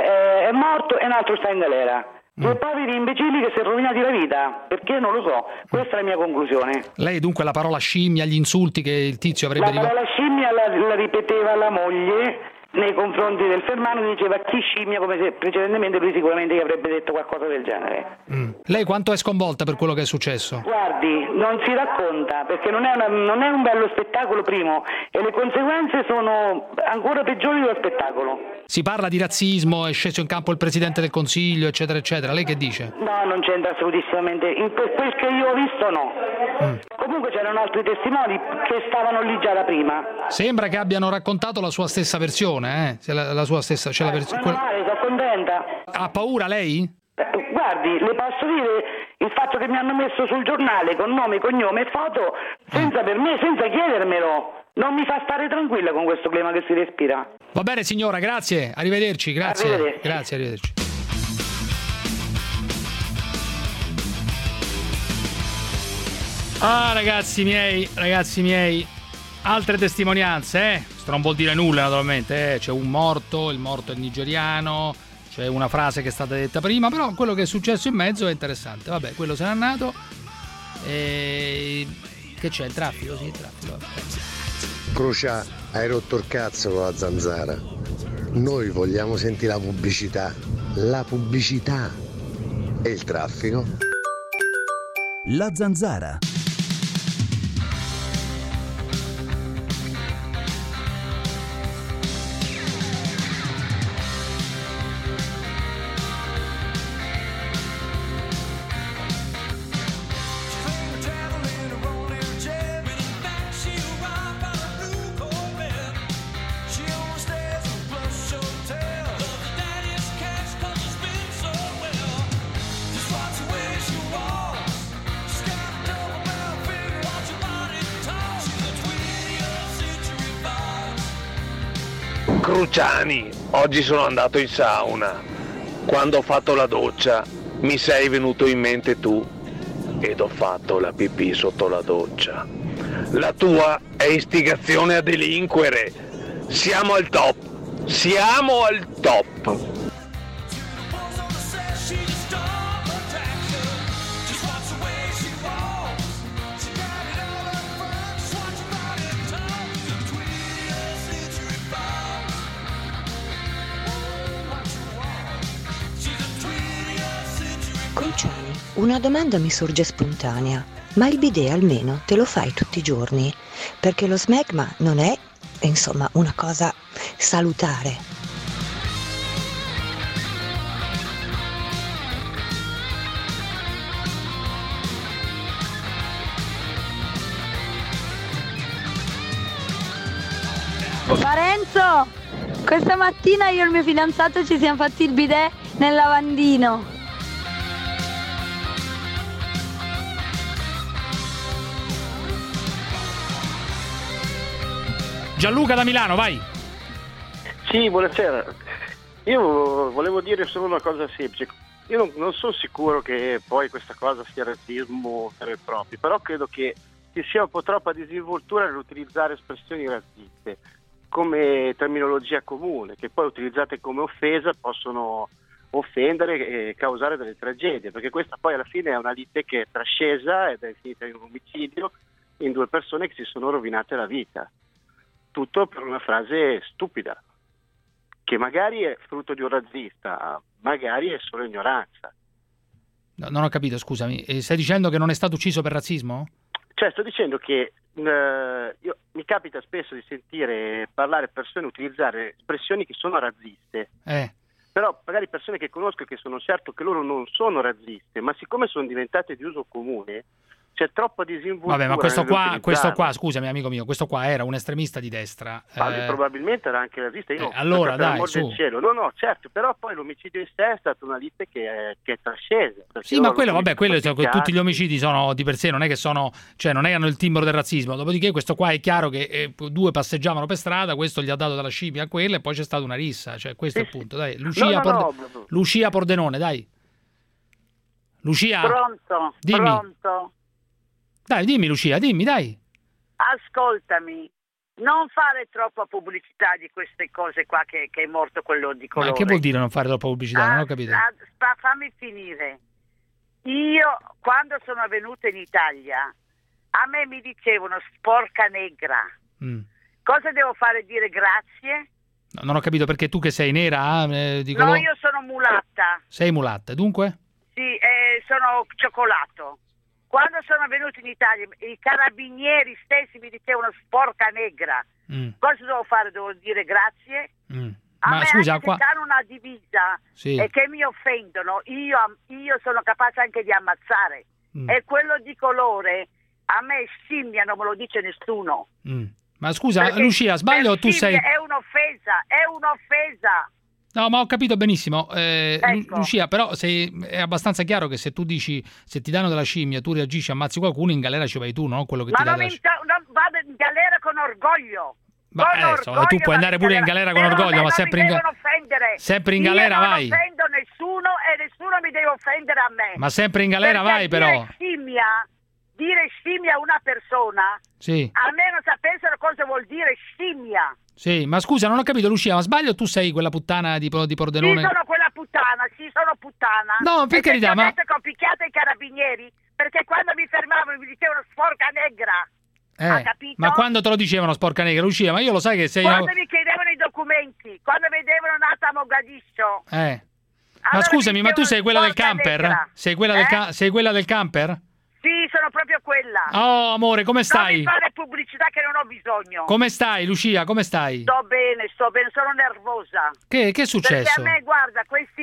è morto e un altro sta in galera. Due poveri imbecilli che si sono rovinati la vita, perché non lo so, questa è la mia conclusione. Lei dunque la parola scimmia, gli insulti che il tizio avrebbe La parola scimmia la ripeteva la moglie nei confronti del Fermano, diceva chi scimmia, come se precedentemente lui sicuramente gli avrebbe detto qualcosa del genere. Lei quanto è sconvolta per quello che è successo? Guardi, non si racconta, perché non è un bello spettacolo, primo, e le conseguenze sono ancora peggiori dello spettacolo. Si parla di razzismo, è sceso in campo il Presidente del Consiglio, eccetera, eccetera. Lei che dice? No, non c'entra assolutissimamente. Per quel che io ho visto, no. Comunque c'erano altri testimoni che stavano lì già da prima. Sembra che abbiano raccontato la sua stessa versione, la sua stessa... C'è la versione. Sono contenta. Ha paura lei? Guardi, le posso dire il fatto che mi hanno messo sul giornale con nome, cognome e foto senza per me, senza chiedermelo. Non mi fa stare tranquilla con questo clima che si respira. Va bene signora, grazie, arrivederci, grazie. Arrivederci. Grazie, arrivederci. Ah ragazzi miei, altre testimonianze, Questo non vuol dire nulla naturalmente, c'è un morto, il morto è nigeriano, c'è una frase che è stata detta prima, però quello che è successo in mezzo è interessante. Vabbè, quello se n'è andato. Che c'è? Il traffico? Sì, il traffico. Crucia, hai rotto il cazzo con la zanzara. Noi vogliamo sentire la pubblicità. La pubblicità e il traffico. La zanzara. Cruciani, oggi sono andato in sauna. Quando ho fatto la doccia mi sei venuto in mente tu ed ho fatto la pipì sotto la doccia. La tua è istigazione a delinquere. Siamo al top. Siamo al top. Cruciani, una domanda mi sorge spontanea. Ma il bidet almeno te lo fai tutti i giorni? Perché lo smegma non è, insomma, una cosa salutare. Parenzo, questa mattina io e il mio fidanzato ci siamo fatti il bidet nel lavandino. Gianluca da Milano, vai. Sì, buonasera. Io volevo dire solo una cosa semplice. Io non sono sicuro che poi questa cosa sia razzismo vero e proprio, però credo che ci sia un po' troppa disinvoltura nell'utilizzare espressioni razziste come terminologia comune, che poi utilizzate come offesa possono offendere e causare delle tragedie, perché questa poi alla fine è una lite che è trascesa ed è finita in un omicidio in due persone che si sono rovinate la vita. Tutto per una frase stupida, che magari è frutto di un razzista, magari è solo ignoranza. No, non ho capito, scusami. Stai dicendo che non è stato ucciso per razzismo? Cioè, sto dicendo che mi capita spesso di sentire parlare persone utilizzare espressioni che sono razziste. Però magari persone che conosco e che sono certo che loro non sono razziste, ma siccome sono diventate di uso comune, c'è troppa disinvoltura. Vabbè, ma questo qua, scusami amico mio, questo qua era un estremista di destra. Probabilmente era anche razzista. Allora dai, su. Cielo. No, certo, però poi l'omicidio in sé è stata una lite che è trascesa. Sì, ma quello tutti gli omicidi sono di per sé, non è che sono, cioè non hanno il timbro del razzismo. Dopodiché questo qua è chiaro che due passeggiavano per strada, questo gli ha dato dalla scimmia a quella e poi c'è stata una rissa, cioè questo è il punto, dai. Lucia Pordenone, dai. Lucia? Pronto? Dimmi. Pronto? Dai, dimmi Lucia, dimmi, dai. Ascoltami, non fare troppa pubblicità di queste cose qua che è morto quello di colore. Ma che vuol dire non fare troppa pubblicità? Non ho capito. Fammi finire. Io, quando sono venuta in Italia, a me mi dicevano sporca negra. Cosa devo fare? Dire grazie? No, non ho capito, perché tu che sei nera? No, io sono mulatta. Sei mulatta, dunque? Sì, sono cioccolato. Quando sono venuto in Italia, i carabinieri stessi mi dicevano sporca negra. Cosa devo fare? Devo dire grazie? Ma me scusa, anche se hanno una divisa e che mi offendono, io sono capace anche di ammazzare. E quello di colore, a me scimmia non me lo dice nessuno. Ma scusa, perché Lucia, sbaglio o tu sei... È un'offesa. No, ma ho capito benissimo. Ecco. Lucia, però è abbastanza chiaro che se tu dici, se ti danno della scimmia, tu reagisci, ammazzi qualcuno, in galera ci vai tu, no? Quello che ma ti non vado in galera con orgoglio. Ma tu puoi andare pure in galera con orgoglio, ma sempre in galera vai. Non offendo nessuno e nessuno mi deve offendere a me. Ma sempre in galera vai, però. Dire scimmia a una persona, sì. Almeno sapessero cosa vuol dire scimmia. Sì, ma scusa, non ho capito Lucia, ma sbaglio o tu sei quella puttana di Pordenone? Sì, sono quella puttana, sono puttana. No, per carità, ma... Ho detto che ho picchiato i carabinieri, perché quando mi fermavano mi dicevano sporca negra. Ha capito? Ma quando te lo dicevano sporca negra, Lucia? Ma io lo sai che sei... Quando mi chiedevano i documenti, quando vedevano nata a Mogadiscio. Ma scusami, ma tu sei quella del camper? Sei quella del camper? Sì, sono proprio quella. Oh, amore, come stai? Non mi fare pubblicità che non ho bisogno. Come stai, Lucia? Come stai? Sto bene, sono nervosa. Che è successo? Perché a me, guarda,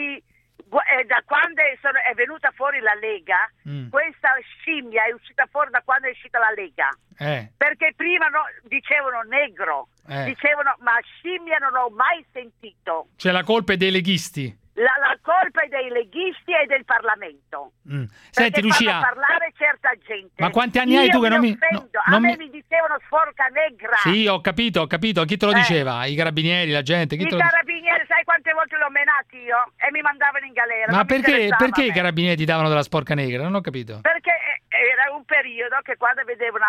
da quando è venuta fuori la Lega, questa scimmia è uscita fuori da quando è uscita la Lega. Perché prima dicevano negro, dicevano, ma scimmia non ho mai sentito. C'è la colpa dei leghisti. La colpa è dei leghisti e del Parlamento. Senti Lucia, fanno parlare certa gente. Ma quanti anni hai tu che non mi... a me mi dicevano sporca negra. Sì, ho capito. Chi te lo diceva? I carabinieri, la gente? I carabinieri, sai quante volte li ho menati io? E mi mandavano in galera. Ma perché i carabinieri ti davano della sporca negra? Non ho capito. Perché era un periodo che quando vedevano,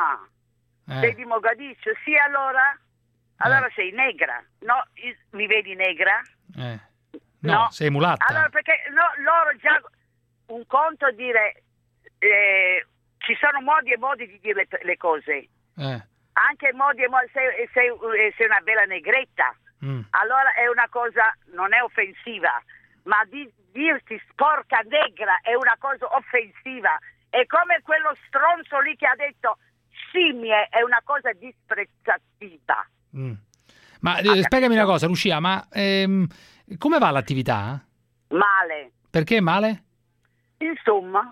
sei di Mogadiscio, sì, allora sei negra. No, mi vedi negra? No, sei mulatta. Allora, perché loro già un conto dire ci sono modi e modi di dire le cose. Anche modi e modi, sei una bella negretta. Allora è una cosa, non è offensiva, ma dirti sporca negra è una cosa offensiva. È come quello stronzo lì che ha detto scimmie, è una cosa disprezzativa. Ma spiegami una cosa, Lucia, ma come va l'attività? Male. Perché male? Insomma,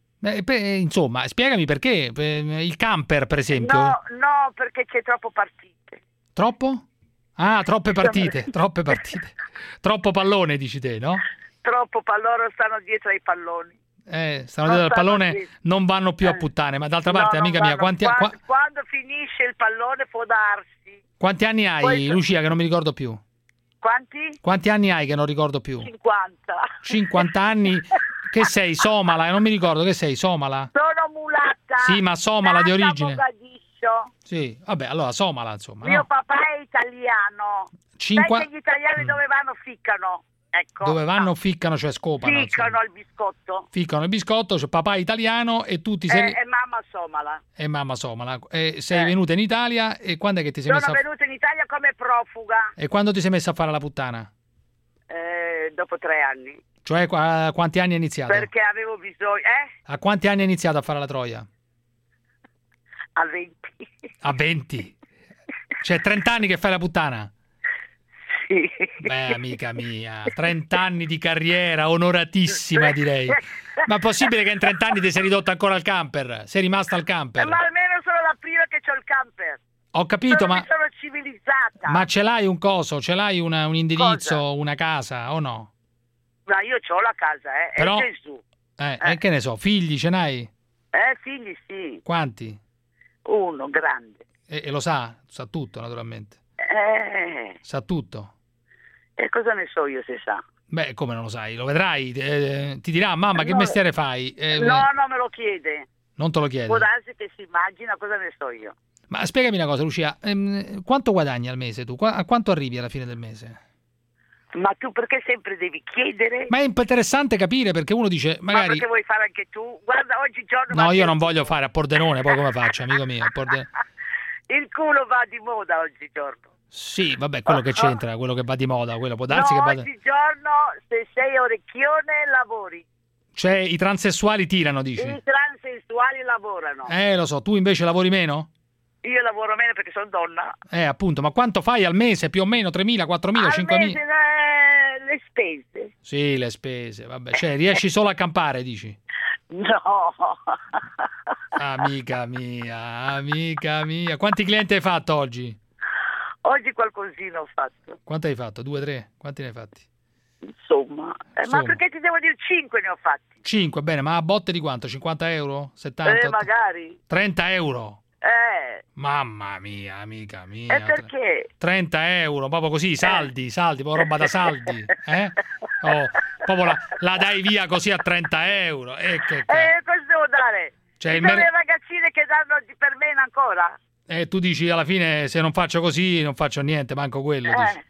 spiegami perché. Il camper, per esempio. No, perché c'è troppo partite. Troppo? Ah, troppe partite. Troppo pallone, dici te, no? Troppo loro stanno dietro ai palloni. Stanno dietro al pallone, non vanno più a puttane, ma d'altra parte, amica mia, quando finisce il pallone può darsi. Quanti anni hai, Lucia, che non mi ricordo più? Quanti anni hai che non ricordo più? 50 anni? Che sei, somala? Non mi ricordo, che sei, somala? Sono mulata. Sì, ma somala di origine. Mogadiscio. Sì, vabbè, allora somala, insomma. Mio papà è italiano. Sai che gli italiani dove vanno ficcano? Ecco. Dove vanno ficcano, cioè scopano. Ficcano il biscotto. Ficcano il biscotto, cioè papà italiano e tu ti sei... E mamma somala. E mamma somala. Sei venuta in Italia e quando è che ti sei messa... Sono venuta in Italia come profuga. E quando ti sei messa a fare la puttana? Dopo 3 anni. Cioè a quanti anni hai iniziato? Perché avevo bisogno... A quanti anni hai iniziato a fare la troia? A 20. A 20? Cioè 30 anni che fai la puttana? Sì. Beh, amica mia, 30 anni di carriera, onoratissima direi. Ma è possibile che in 30 anni ti sei ridotta ancora al camper? Sei rimasta al camper? Ma almeno sono la prima che c'ho il camper. Ho capito, ma... sono civilizzata. Ma ce l'hai un coso? Ce l'hai un indirizzo, cosa? Una casa o no? Ma io c'ho la casa, Però... è Gesù. Che ne so, figli ce n'hai? Figli sì. Quanti? Uno, grande. E lo sa tutto naturalmente. Sa tutto. E cosa ne so io se sa? Beh, come non lo sai? Lo vedrai, ti dirà, mamma, che mestiere fai? No, me lo chiede. Non te lo chiede? Può darsi che si immagina, cosa ne so io. Ma spiegami una cosa, Lucia, quanto guadagni al mese tu? A quanto arrivi alla fine del mese? Ma tu perché sempre devi chiedere? Ma è interessante capire, perché uno dice, magari... Ma perché vuoi fare anche tu? Guarda, oggigiorno... No, io non voglio fare a Pordenone, poi come faccio, amico mio? Il culo va di moda oggigiorno. Sì, vabbè, quello che c'entra, quello che va di moda, quello può darsi che vada... oggigiorno, se sei orecchione, lavori. Cioè, i transessuali tirano, dici? I transessuali lavorano. Lo so, tu invece lavori meno? Io lavoro meno perché sono donna. Appunto, ma quanto fai al mese? Più o meno 3.000, 4.000, 5.000? Al mese, le spese. Sì, le spese, vabbè. Cioè, riesci solo a campare, dici? No. Amica mia. Quanti clienti hai fatto oggi? Oggi qualcosina ho fatto. Quanti hai fatto? 2, 3? Quanti ne hai fatti? Insomma. Ma perché ti devo dire 5 ne ho fatti? 5, bene, ma a botte di quanto? 50 euro? 70? Magari. 30 euro? Mamma mia, amica mia. E perché? 30 euro, proprio così, saldi, proprio roba da saldi. Proprio la dai via così a 30 euro. Cosa devo dare? Cioè, le ragazzine che danno per me ancora? Tu dici alla fine se non faccio così non faccio niente, manco quello.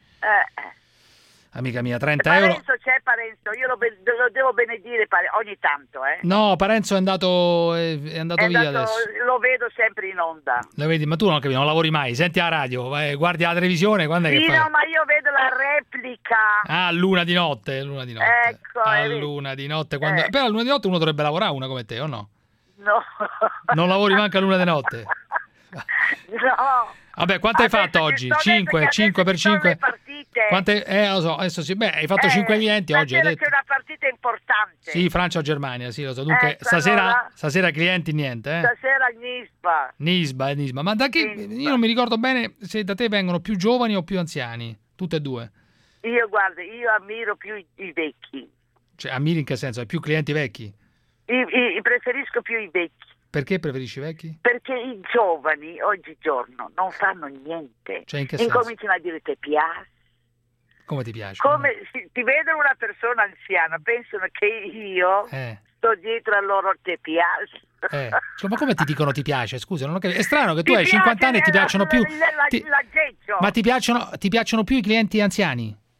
Amica mia, 30 euro. C'è Parenzo, io lo devo benedire ogni tanto. No, Parenzo è andato via adesso. Lo vedo sempre in onda. Lo vedi, ma tu non capisci, non lavori mai, senti la radio, guardi la televisione, quando è che fai? No, ma io vedo la replica. Ah, luna di notte. Ecco. Luna di notte. Però a luna di notte uno dovrebbe lavorare, una come te, o no? No. Non lavori manco a luna di notte? No. Vabbè, quanto hai fatto oggi? 5 per 5? Quante? Lo so, adesso sì. Beh, hai fatto 5 clienti oggi. Hai detto. C'è una partita importante. Sì, Francia-Germania, sì, lo so. Dunque, stasera clienti niente, Stasera Nisba. Ma da che? Io non mi ricordo bene se da te vengono più giovani o più anziani. Tutte e due. Io ammiro più i vecchi. Cioè, ammiri in che senso? Hai più clienti vecchi? Preferisco più i vecchi. Perché preferisci i vecchi? Perché i giovani oggigiorno non fanno niente. Cioè, in che senso? Incominciano a dire ti piace. Come ti piace? Ti vedono una persona anziana, pensano che io sto dietro a loro ti piace. Cioè, ma come ti dicono ti piace? Scusa, non ho capito. È strano che tu hai 50 anni e ti piacciono più. Ma ti piacciono più i clienti anziani?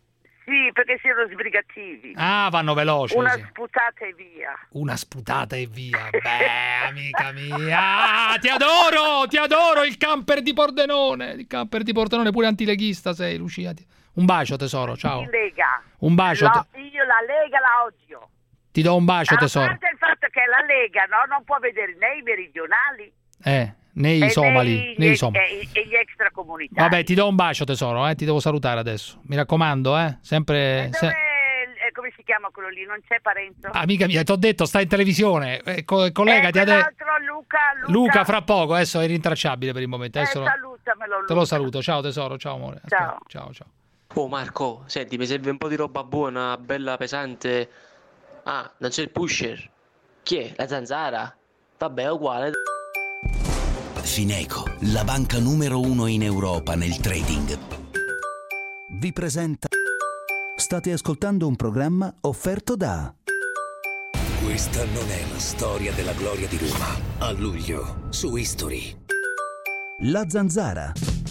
Sì, perché siano sbrigativi. Ah, vanno veloci. Una sputata e via. Una sputata e via. Beh, amica mia. Ti adoro, il camper di Pordenone. Il camper di Pordenone, pure antileghista sei, Lucia. Un bacio, tesoro, ciao. Lega. Un bacio. Io la Lega la odio. Ti do un bacio, tesoro. A parte il fatto che la Lega non può vedere né i meridionali né i somali, e gli extracomunitari. Vabbè, ti do un bacio, tesoro, ti devo salutare adesso. Mi raccomando, sempre. Come si chiama quello lì? Non c'è Parenzo? Amica mia, ti ho detto, sta in televisione. Collega, ti ha detto. Luca, fra poco, adesso è rintracciabile per il momento. Salutamelo, Luca. Te lo saluto. Ciao tesoro, ciao amore. Ciao. Ciao. Oh Marco, senti, mi serve un po' di roba buona, bella, pesante. Ah, non c'è il pusher. Chi è? La zanzara? Vabbè, è uguale. Fineco, la banca numero 1 in Europa nel trading, vi presenta. State ascoltando un programma offerto da. Questa non è la storia della gloria di Roma. A luglio, su History. La Zanzara.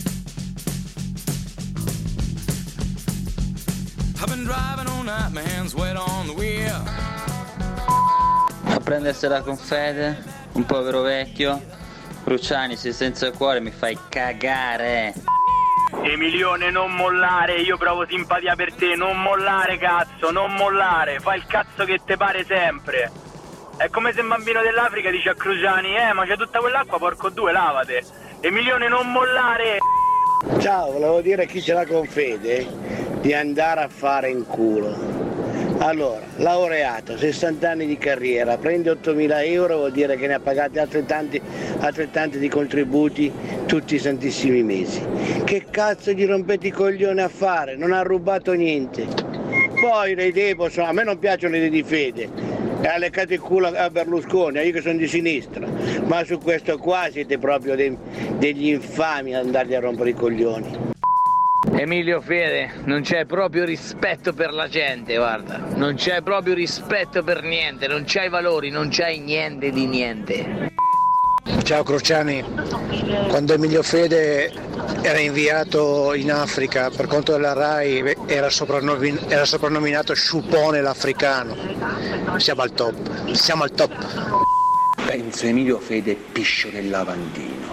A prendersela con fede, un povero vecchio. Cruciani, sei senza cuore, mi fai cagare. Emilione, non mollare, io provo simpatia per te, non mollare cazzo, non mollare, fai il cazzo che te pare sempre. È come se un bambino dell'Africa dice a Cruciani, ma c'è tutta quell'acqua, porco due, lavate. Emilione, non mollare. Ciao, volevo dire a chi ce l'ha con fede di andare a fare in culo. Allora, laureato, 60 anni di carriera, prende 8.000 euro, vuol dire che ne ha pagati altrettanti di contributi tutti i santissimi mesi. Che cazzo gli rompete i coglioni a fare? Non ha rubato niente. Poi le idee a me non piacciono le idee di fede, e ha leccato il culo a Berlusconi, io che sono di sinistra, ma su questo qua siete proprio degli infami ad andargli a rompere i coglioni. Emilio Fede, non c'è proprio rispetto per la gente, guarda, non c'è proprio rispetto per niente, non c'hai valori, non c'hai niente di niente. Ciao Cruciani, quando Emilio Fede era inviato in Africa per conto della RAI era soprannominato Sciupone l'africano. Siamo al top. Penso Emilio Fede piscio nel lavandino.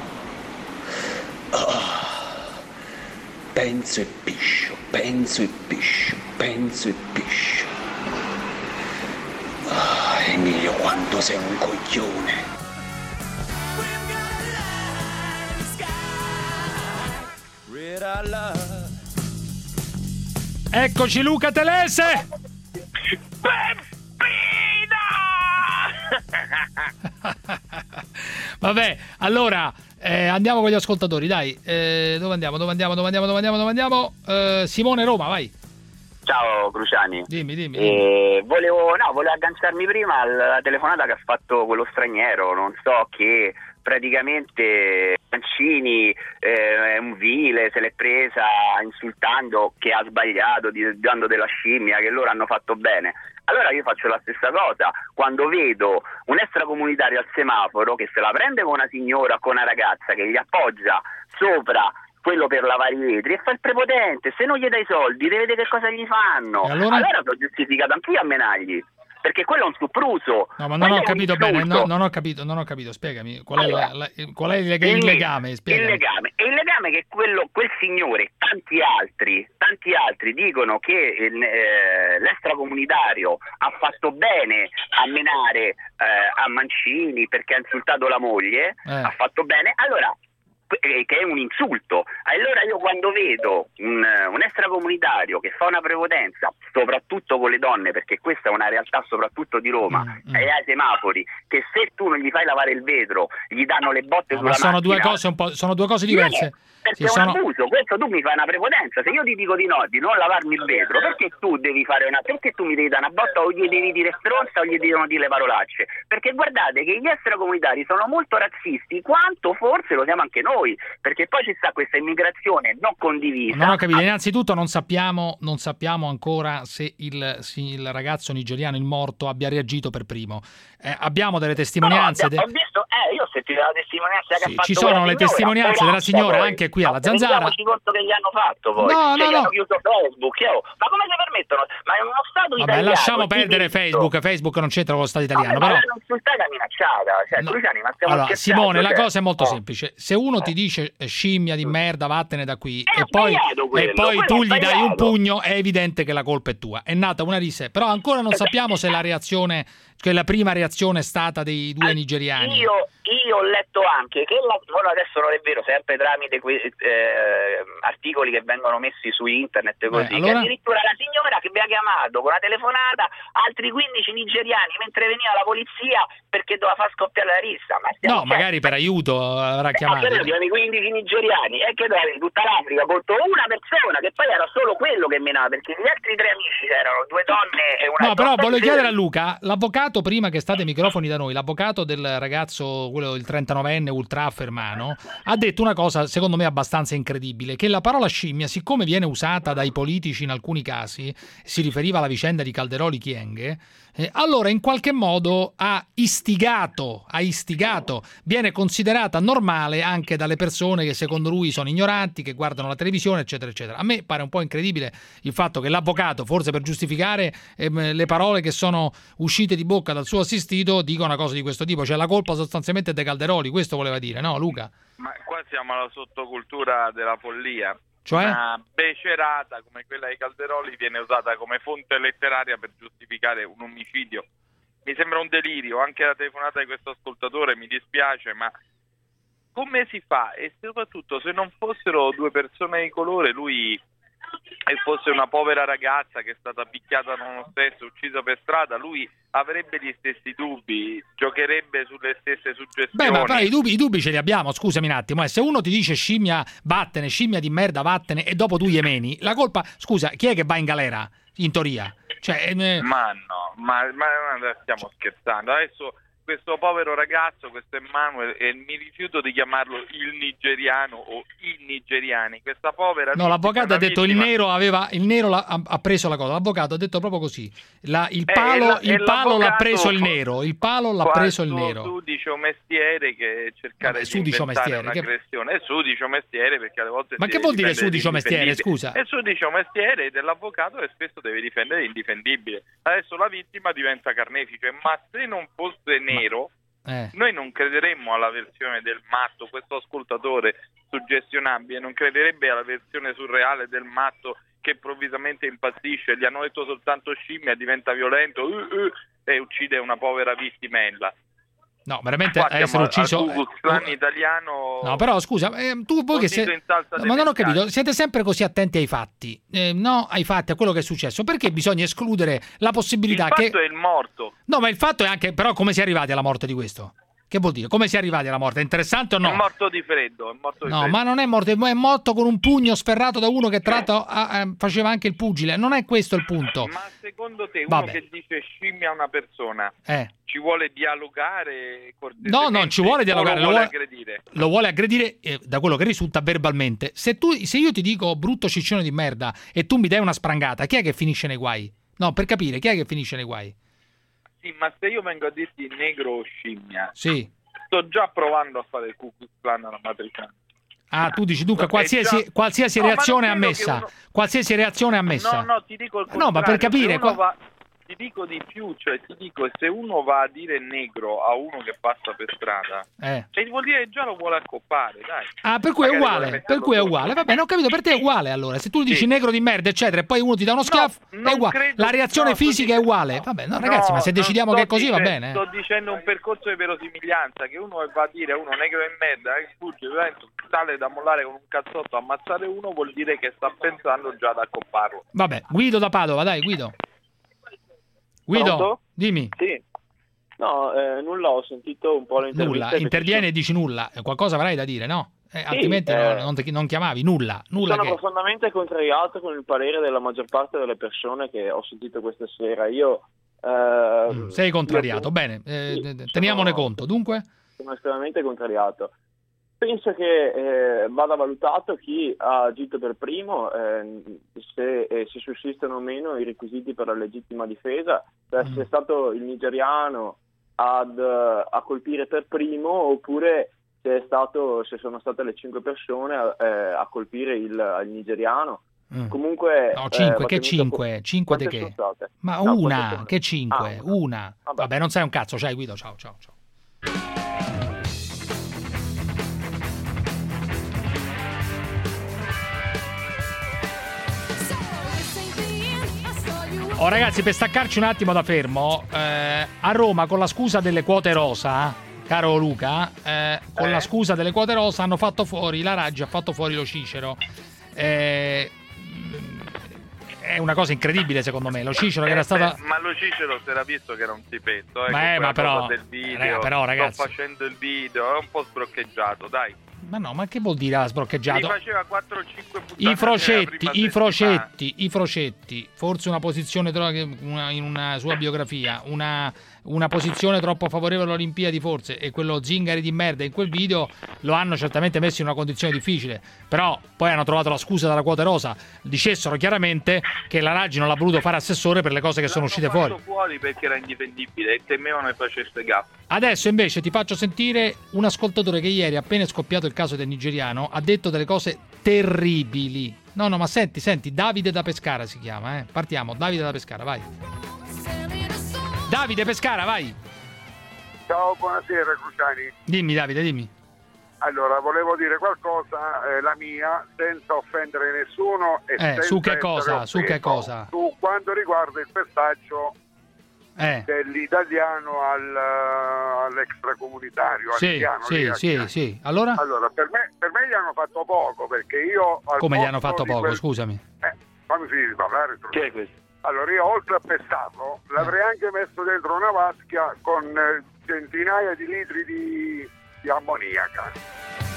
Penso e piscio. Emilio, quanto sei un coglione. Eccoci Luca Telese. Vabbè, allora andiamo con gli ascoltatori, dai. Dove andiamo? Simone Roma, vai. Ciao Cruciani. Dimmi. Volevo agganciarmi prima alla telefonata che ha fatto quello straniero, non so, che praticamente Mancini è un vile, se l'è presa insultando, che ha sbagliato, dando della scimmia, che loro hanno fatto bene. Allora io faccio la stessa cosa quando vedo un extracomunitario al semaforo che se la prende con una signora, con una ragazza, che gli appoggia sopra quello per lavare i vetri e fa il prepotente. Se non gli dai soldi, deve vedere che cosa gli fanno. Allora sono giustificato anch'io a menargli, perché quello è un sopruso. No, ma non ho capito bene, non ho capito, spiegami qual è il legame? Spiegami. Il legame è che quel signore e tanti altri dicono che l'extracomunitario ha fatto bene a menare a Mancini perché ha insultato la moglie, ha fatto bene, allora, che è un insulto. Allora io quando vedo un extracomunitario che fa una prepotenza, soprattutto con le donne, perché questa è una realtà soprattutto di Roma, e ai semafori, che se tu non gli fai lavare il vetro gli danno le botte sulla macchina. Sono due cose diverse. Perché è un abuso, questo tu mi fai una prepotenza. Se io ti dico di non lavarmi il vetro, perché tu devi perché tu mi devi dare una botta o gli devi dire stronza o gli devono dire le parolacce? Perché guardate che gli extracomunitari sono molto razzisti, quanto forse lo siamo anche noi, perché poi ci sta questa immigrazione non condivisa. Non ho capito, innanzitutto non sappiamo ancora se il ragazzo nigeriano, il morto, abbia reagito per primo. Abbiamo delle testimonianze. Ho visto io ho sentito la testimonianza che ha fatto. Ci sono le testimonianze della signora poi, anche qui alla Zanzara. Rendiamoci conto che gli hanno fatto poi. Gli hanno chiuso Facebook. Ma come si permettono? Ma è uno Stato italiano. Lasciamo perdere Facebook non c'entra con lo Stato italiano. Però l'hanno insultata e minacciata. Cruciani, ma stiamo scherzando, Simone, la cosa è molto semplice. Se uno ti dice scimmia di merda, vattene da qui, e poi tu gli dai un pugno, è evidente che la colpa è tua. È nata una rissa, però ancora non sappiamo se la reazione, che la prima reazione è stata dei due nigeriani. Io ho letto anche che adesso non è vero, sempre tramite articoli che vengono messi su internet così, allora? Che addirittura la signora che vi ha chiamato con una telefonata altri 15 nigeriani mentre veniva la polizia perché doveva far scoppiare la rissa. Ma magari per aiuto avrà chiamato. I 15 nigeriani e che tutta l'Africa contro una persona che poi era solo quello che menava, perché gli altri 3 amici erano 2 donne e una. No, però voglio chiedere a Luca, l'avvocato prima che state ai microfoni da noi, l'avvocato del ragazzo, quello il 39enne ultra affermano, ha detto una cosa secondo me abbastanza incredibile, che la parola scimmia, siccome viene usata dai politici in alcuni casi, si riferiva alla vicenda di Calderoli Chienghe, allora in qualche modo ha istigato, viene considerata normale anche dalle persone che secondo lui sono ignoranti, che guardano la televisione, eccetera eccetera. A me pare un po' incredibile il fatto che l'avvocato, forse per giustificare le parole che sono uscite di bocca dal suo assistito, dica una cosa di questo tipo, cioè la colpa sostanzialmente è dei Calderoli, questo voleva dire, no Luca? Ma qua siamo alla sottocultura della follia. Cioè? Una becerata come quella dei Calderoli viene usata come fonte letteraria per giustificare un omicidio. Mi sembra un delirio, anche la telefonata di questo ascoltatore, mi dispiace, ma come si fa? E soprattutto se non fossero 2 persone di colore, lui e fosse una povera ragazza che è stata picchiata da uno stesso, uccisa per strada, lui avrebbe gli stessi dubbi, giocherebbe sulle stesse suggestioni. Ma però i dubbi ce li abbiamo, scusami un attimo, se uno ti dice scimmia vattene, scimmia di merda vattene, e dopo tu gli emeni, la colpa, scusa, chi è che va in galera, in teoria? Cioè, ma no, ma stiamo scherzando, adesso questo povero ragazzo, questo Emanuele, e mi rifiuto di chiamarlo il nigeriano o i nigeriani, questa povera. No, l'avvocato ha detto il nero ha preso la cosa, l'avvocato ha detto proprio così, il palo l'ha preso il nero, il palo l'ha preso il nero. Sudice o mestiere che cercare di inventare un'aggressione, è sudice o mestiere perché alle volte. Ma che vuol dire sudice o mestiere, scusa? È sudice o mestiere dell'avvocato che spesso deve difendere l'indifendibile. Adesso la vittima diventa carnefice, ma se non fosse nero noi non crederemmo alla versione del matto, questo ascoltatore suggestionabile non crederebbe alla versione surreale del matto che improvvisamente impazzisce, gli hanno detto soltanto scimmia, diventa violento e uccide una povera vittimella. No, veramente essere ucciso italiano. No, però scusa, voi che ma non ho capito, siete sempre così attenti ai fatti, ai fatti, a quello che è successo, perché bisogna escludere la possibilità che il fatto è il morto. No, ma il fatto è anche, però, come si è arrivati alla morte di questo? Che vuol dire? Come si è arrivati alla morte? È interessante o no? È morto di freddo. No, ma non è morto, è morto con un pugno sferrato da uno che tra l'altro faceva anche il pugile. Non è questo il punto. Ma secondo te uno che dice scimmia a una persona ci vuole dialogare cortesemente? No, non ci vuole dialogare, lo vuole aggredire. Lo vuole aggredire da quello che risulta verbalmente. Se io ti dico brutto ciccione di merda e tu mi dai una sprangata, chi è che finisce nei guai? No, per capire, chi è che finisce nei guai? Sì, ma se io vengo a dirti negro o scimmia, sto già provando a fare il Ku Klux Klan alla matriciana. Ah, tu dici dunque qualsiasi reazione ammessa. Qualsiasi reazione ammessa. No, ti dico il contrario. No, ma per capire ti dico di più, cioè ti dico, se uno va a dire negro a uno che passa per strada, cioè vuol dire che già lo vuole accoppare, dai. Ah, per cui è uguale, va bene, ho capito, per te è uguale allora, se tu dici negro di merda eccetera e poi uno ti dà uno schiaffo, è uguale, la reazione fisica è uguale, vabbè, no ragazzi, ma se decidiamo che è così va bene. Sto dicendo un percorso di verosimiglianza, che uno va a dire a uno negro di merda, sfugge, tale da mollare con un cazzotto, ammazzare uno vuol dire che sta pensando già ad accopparlo. Vabbè, Guido da Padova, dai Guido. Pronto? Dimmi. Sì. No, nulla, ho sentito un po' l'intervista. Nulla, intervieni e dici nulla. Qualcosa avrai da dire, no? Altrimenti non chiamavi, nulla. Sono profondamente contrariato con il parere della maggior parte delle persone che ho sentito questa sera. Io sei contrariato, bene, teniamone conto. Dunque? Sono estremamente contrariato. Penso che vada valutato chi ha agito per primo, se sussistono o meno i requisiti per la legittima difesa, se è stato il nigeriano a colpire per primo, oppure se sono state le 5 persone a colpire il nigeriano. Comunque no, 5, che 5? 5 di che? Ma no, una, che 5? Una. Vabbè, non sai un cazzo, ciao Guido, ciao. Oh ragazzi, per staccarci un attimo da Fermo, a Roma con la scusa delle quote rosa, caro Luca, con la scusa delle quote rosa hanno fatto fuori, la Raggi ha fatto fuori lo Cicero. È una cosa incredibile secondo me, lo Cicero che era stato... ma lo Cicero si era visto che era un tipetto, ma però, del video, però ragazzi, sto facendo il video, è un po' sbroccheggiato, dai. Ma no, ma che vuol dire sbroccheggiato? Mi faceva 4-5 puntate I frocetti, forse una posizione in una sua biografia, una posizione troppo favorevole alle Olimpiadi forse, e quello Zingari di merda in quel video lo hanno certamente messo in una condizione difficile, però poi hanno trovato la scusa dalla quota rosa, dicessero chiaramente che la Raggi non l'ha voluto fare assessore per le cose che sono uscite fuori perché era indifendibile e temevano che facesse gaffe. Adesso invece ti faccio sentire un ascoltatore che ieri, appena è scoppiato il caso del nigeriano, ha detto delle cose terribili. No, ma senti, Davide da Pescara si chiama, Partiamo, Davide da Pescara, vai. Davide Pescara, vai. Ciao, buonasera Cruciani. Dimmi Davide, dimmi. Allora, volevo dire qualcosa, la mia, senza offendere nessuno e senza su che cosa? Su che cosa? Su quanto riguarda il pestaggio dell'italiano all'extracomunitario. Sì. Allora, per me gli hanno fatto poco, perché io... Come gli hanno fatto poco, scusami? Fammi finire di parlare. Chi è questo? Allora, io oltre a pestarlo, l'avrei anche messo dentro una vasca con centinaia di litri di ammoniaca.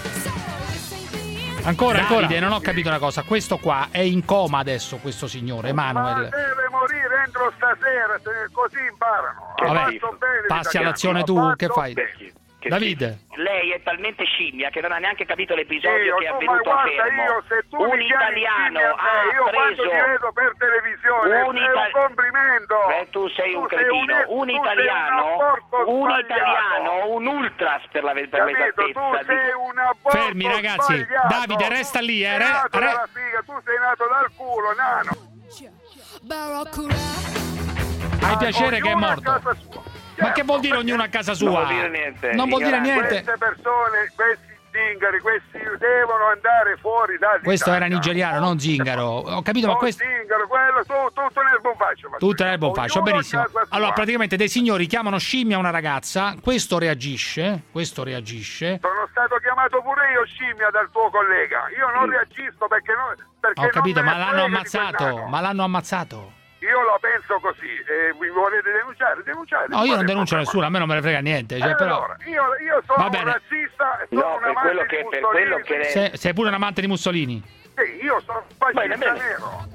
Ancora, Davide, non ho capito una cosa. Questo qua è in coma adesso, questo signore, Emanuele. Ma deve morire entro stasera, così imparano. Vabbè, passi all'azione tu, che fai? David. Lei è talmente scimmia che non ha neanche capito l'episodio che è avvenuto a Fermo. Un italiano ha preso... Io quando ti vedo per televisione è un complimento. Tu sei un cretino. Un italiano, un ultras per l'esattezza. Fermi ragazzi, Davide resta lì. Tu sei nato dal culo, nano. Hai piacere che è morto? Ma che vuol dire ognuno a casa sua? Non vuol dire niente. Queste persone, questi zingari, questi devono andare fuori dall'Italia. Questo era nigeriano, non zingaro. Ho capito, ma questo... zingaro, quello tutto nel bonfaccio. Tutto nel bonfaccio, benissimo. Allora, praticamente dei signori chiamano scimmia una ragazza, questo reagisce. Sono stato chiamato pure io scimmia dal tuo collega. Io non reagisco perché ho capito, ma l'hanno ammazzato. Io la penso così, vi volete denunciare? No, io non denuncio nessuno, a me non me ne frega niente. Allora, io sono un razzista e sono un amante di Mussolini. Sei pure un amante di Mussolini? Sì, io sono un fascista nero.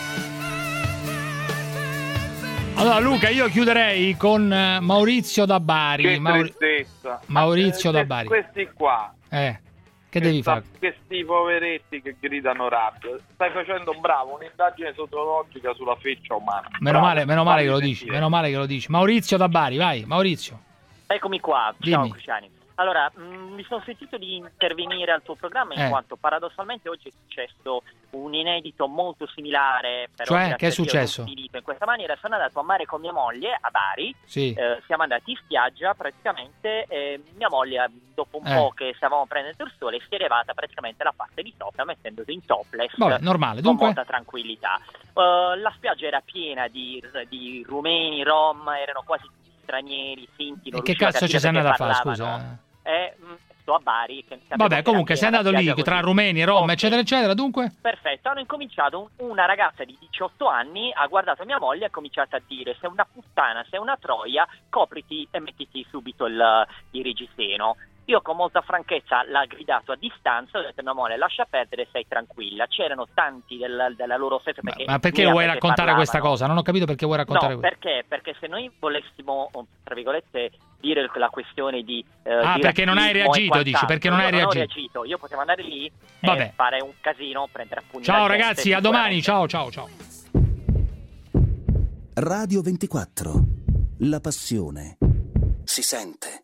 Allora Luca, io chiuderei con Maurizio da Bari. Maurizio da Bari. Questi qua. Che devi fare? Questi poveretti che gridano rabbia. Stai facendo un'indagine sociologica sulla feccia umana. Meno male che lo dici. Maurizio da Bari, vai, Maurizio. Eccomi qua. Ciao Cruciani. Allora, mi sono sentito di intervenire al tuo programma in quanto paradossalmente oggi è successo un inedito molto similare. Cioè, che è successo? In questa maniera sono andato a mare con mia moglie a Bari, siamo andati in spiaggia praticamente, mia moglie dopo un po' che stavamo prendendo il sole si è levata praticamente la parte di sopra mettendosi in topless. Vabbè, normale, con molta tranquillità. La spiaggia era piena di rumeni, rom, erano quasi stranieri, finti. E che cazzo ci sei andato a fare, scusa? Sto a Bari. Vabbè, comunque sei andato lì tra rumeni, rom, eccetera, eccetera, dunque? Perfetto, hanno incominciato, una ragazza di 18 anni ha guardato mia moglie e ha cominciato a dire: sei una puttana, sei una troia, copriti e mettiti subito il reggiseno. Io con molta franchezza l'ha gridato a distanza, ho detto: mia moglie, lascia perdere, sei tranquilla. C'erano tanti della loro sesso. Ma perché vuoi raccontare questa cosa? Non ho capito perché vuoi raccontare questo. Perché se noi volessimo, tra virgolette, dire la questione di perché non hai reagito, dici? Perché non hai reagito? Non ho reagito, io potevo andare lì e fare un casino, prendere a pugni. Ciao ragazzi, a domani, ciao. Radio 24, la passione, si sente.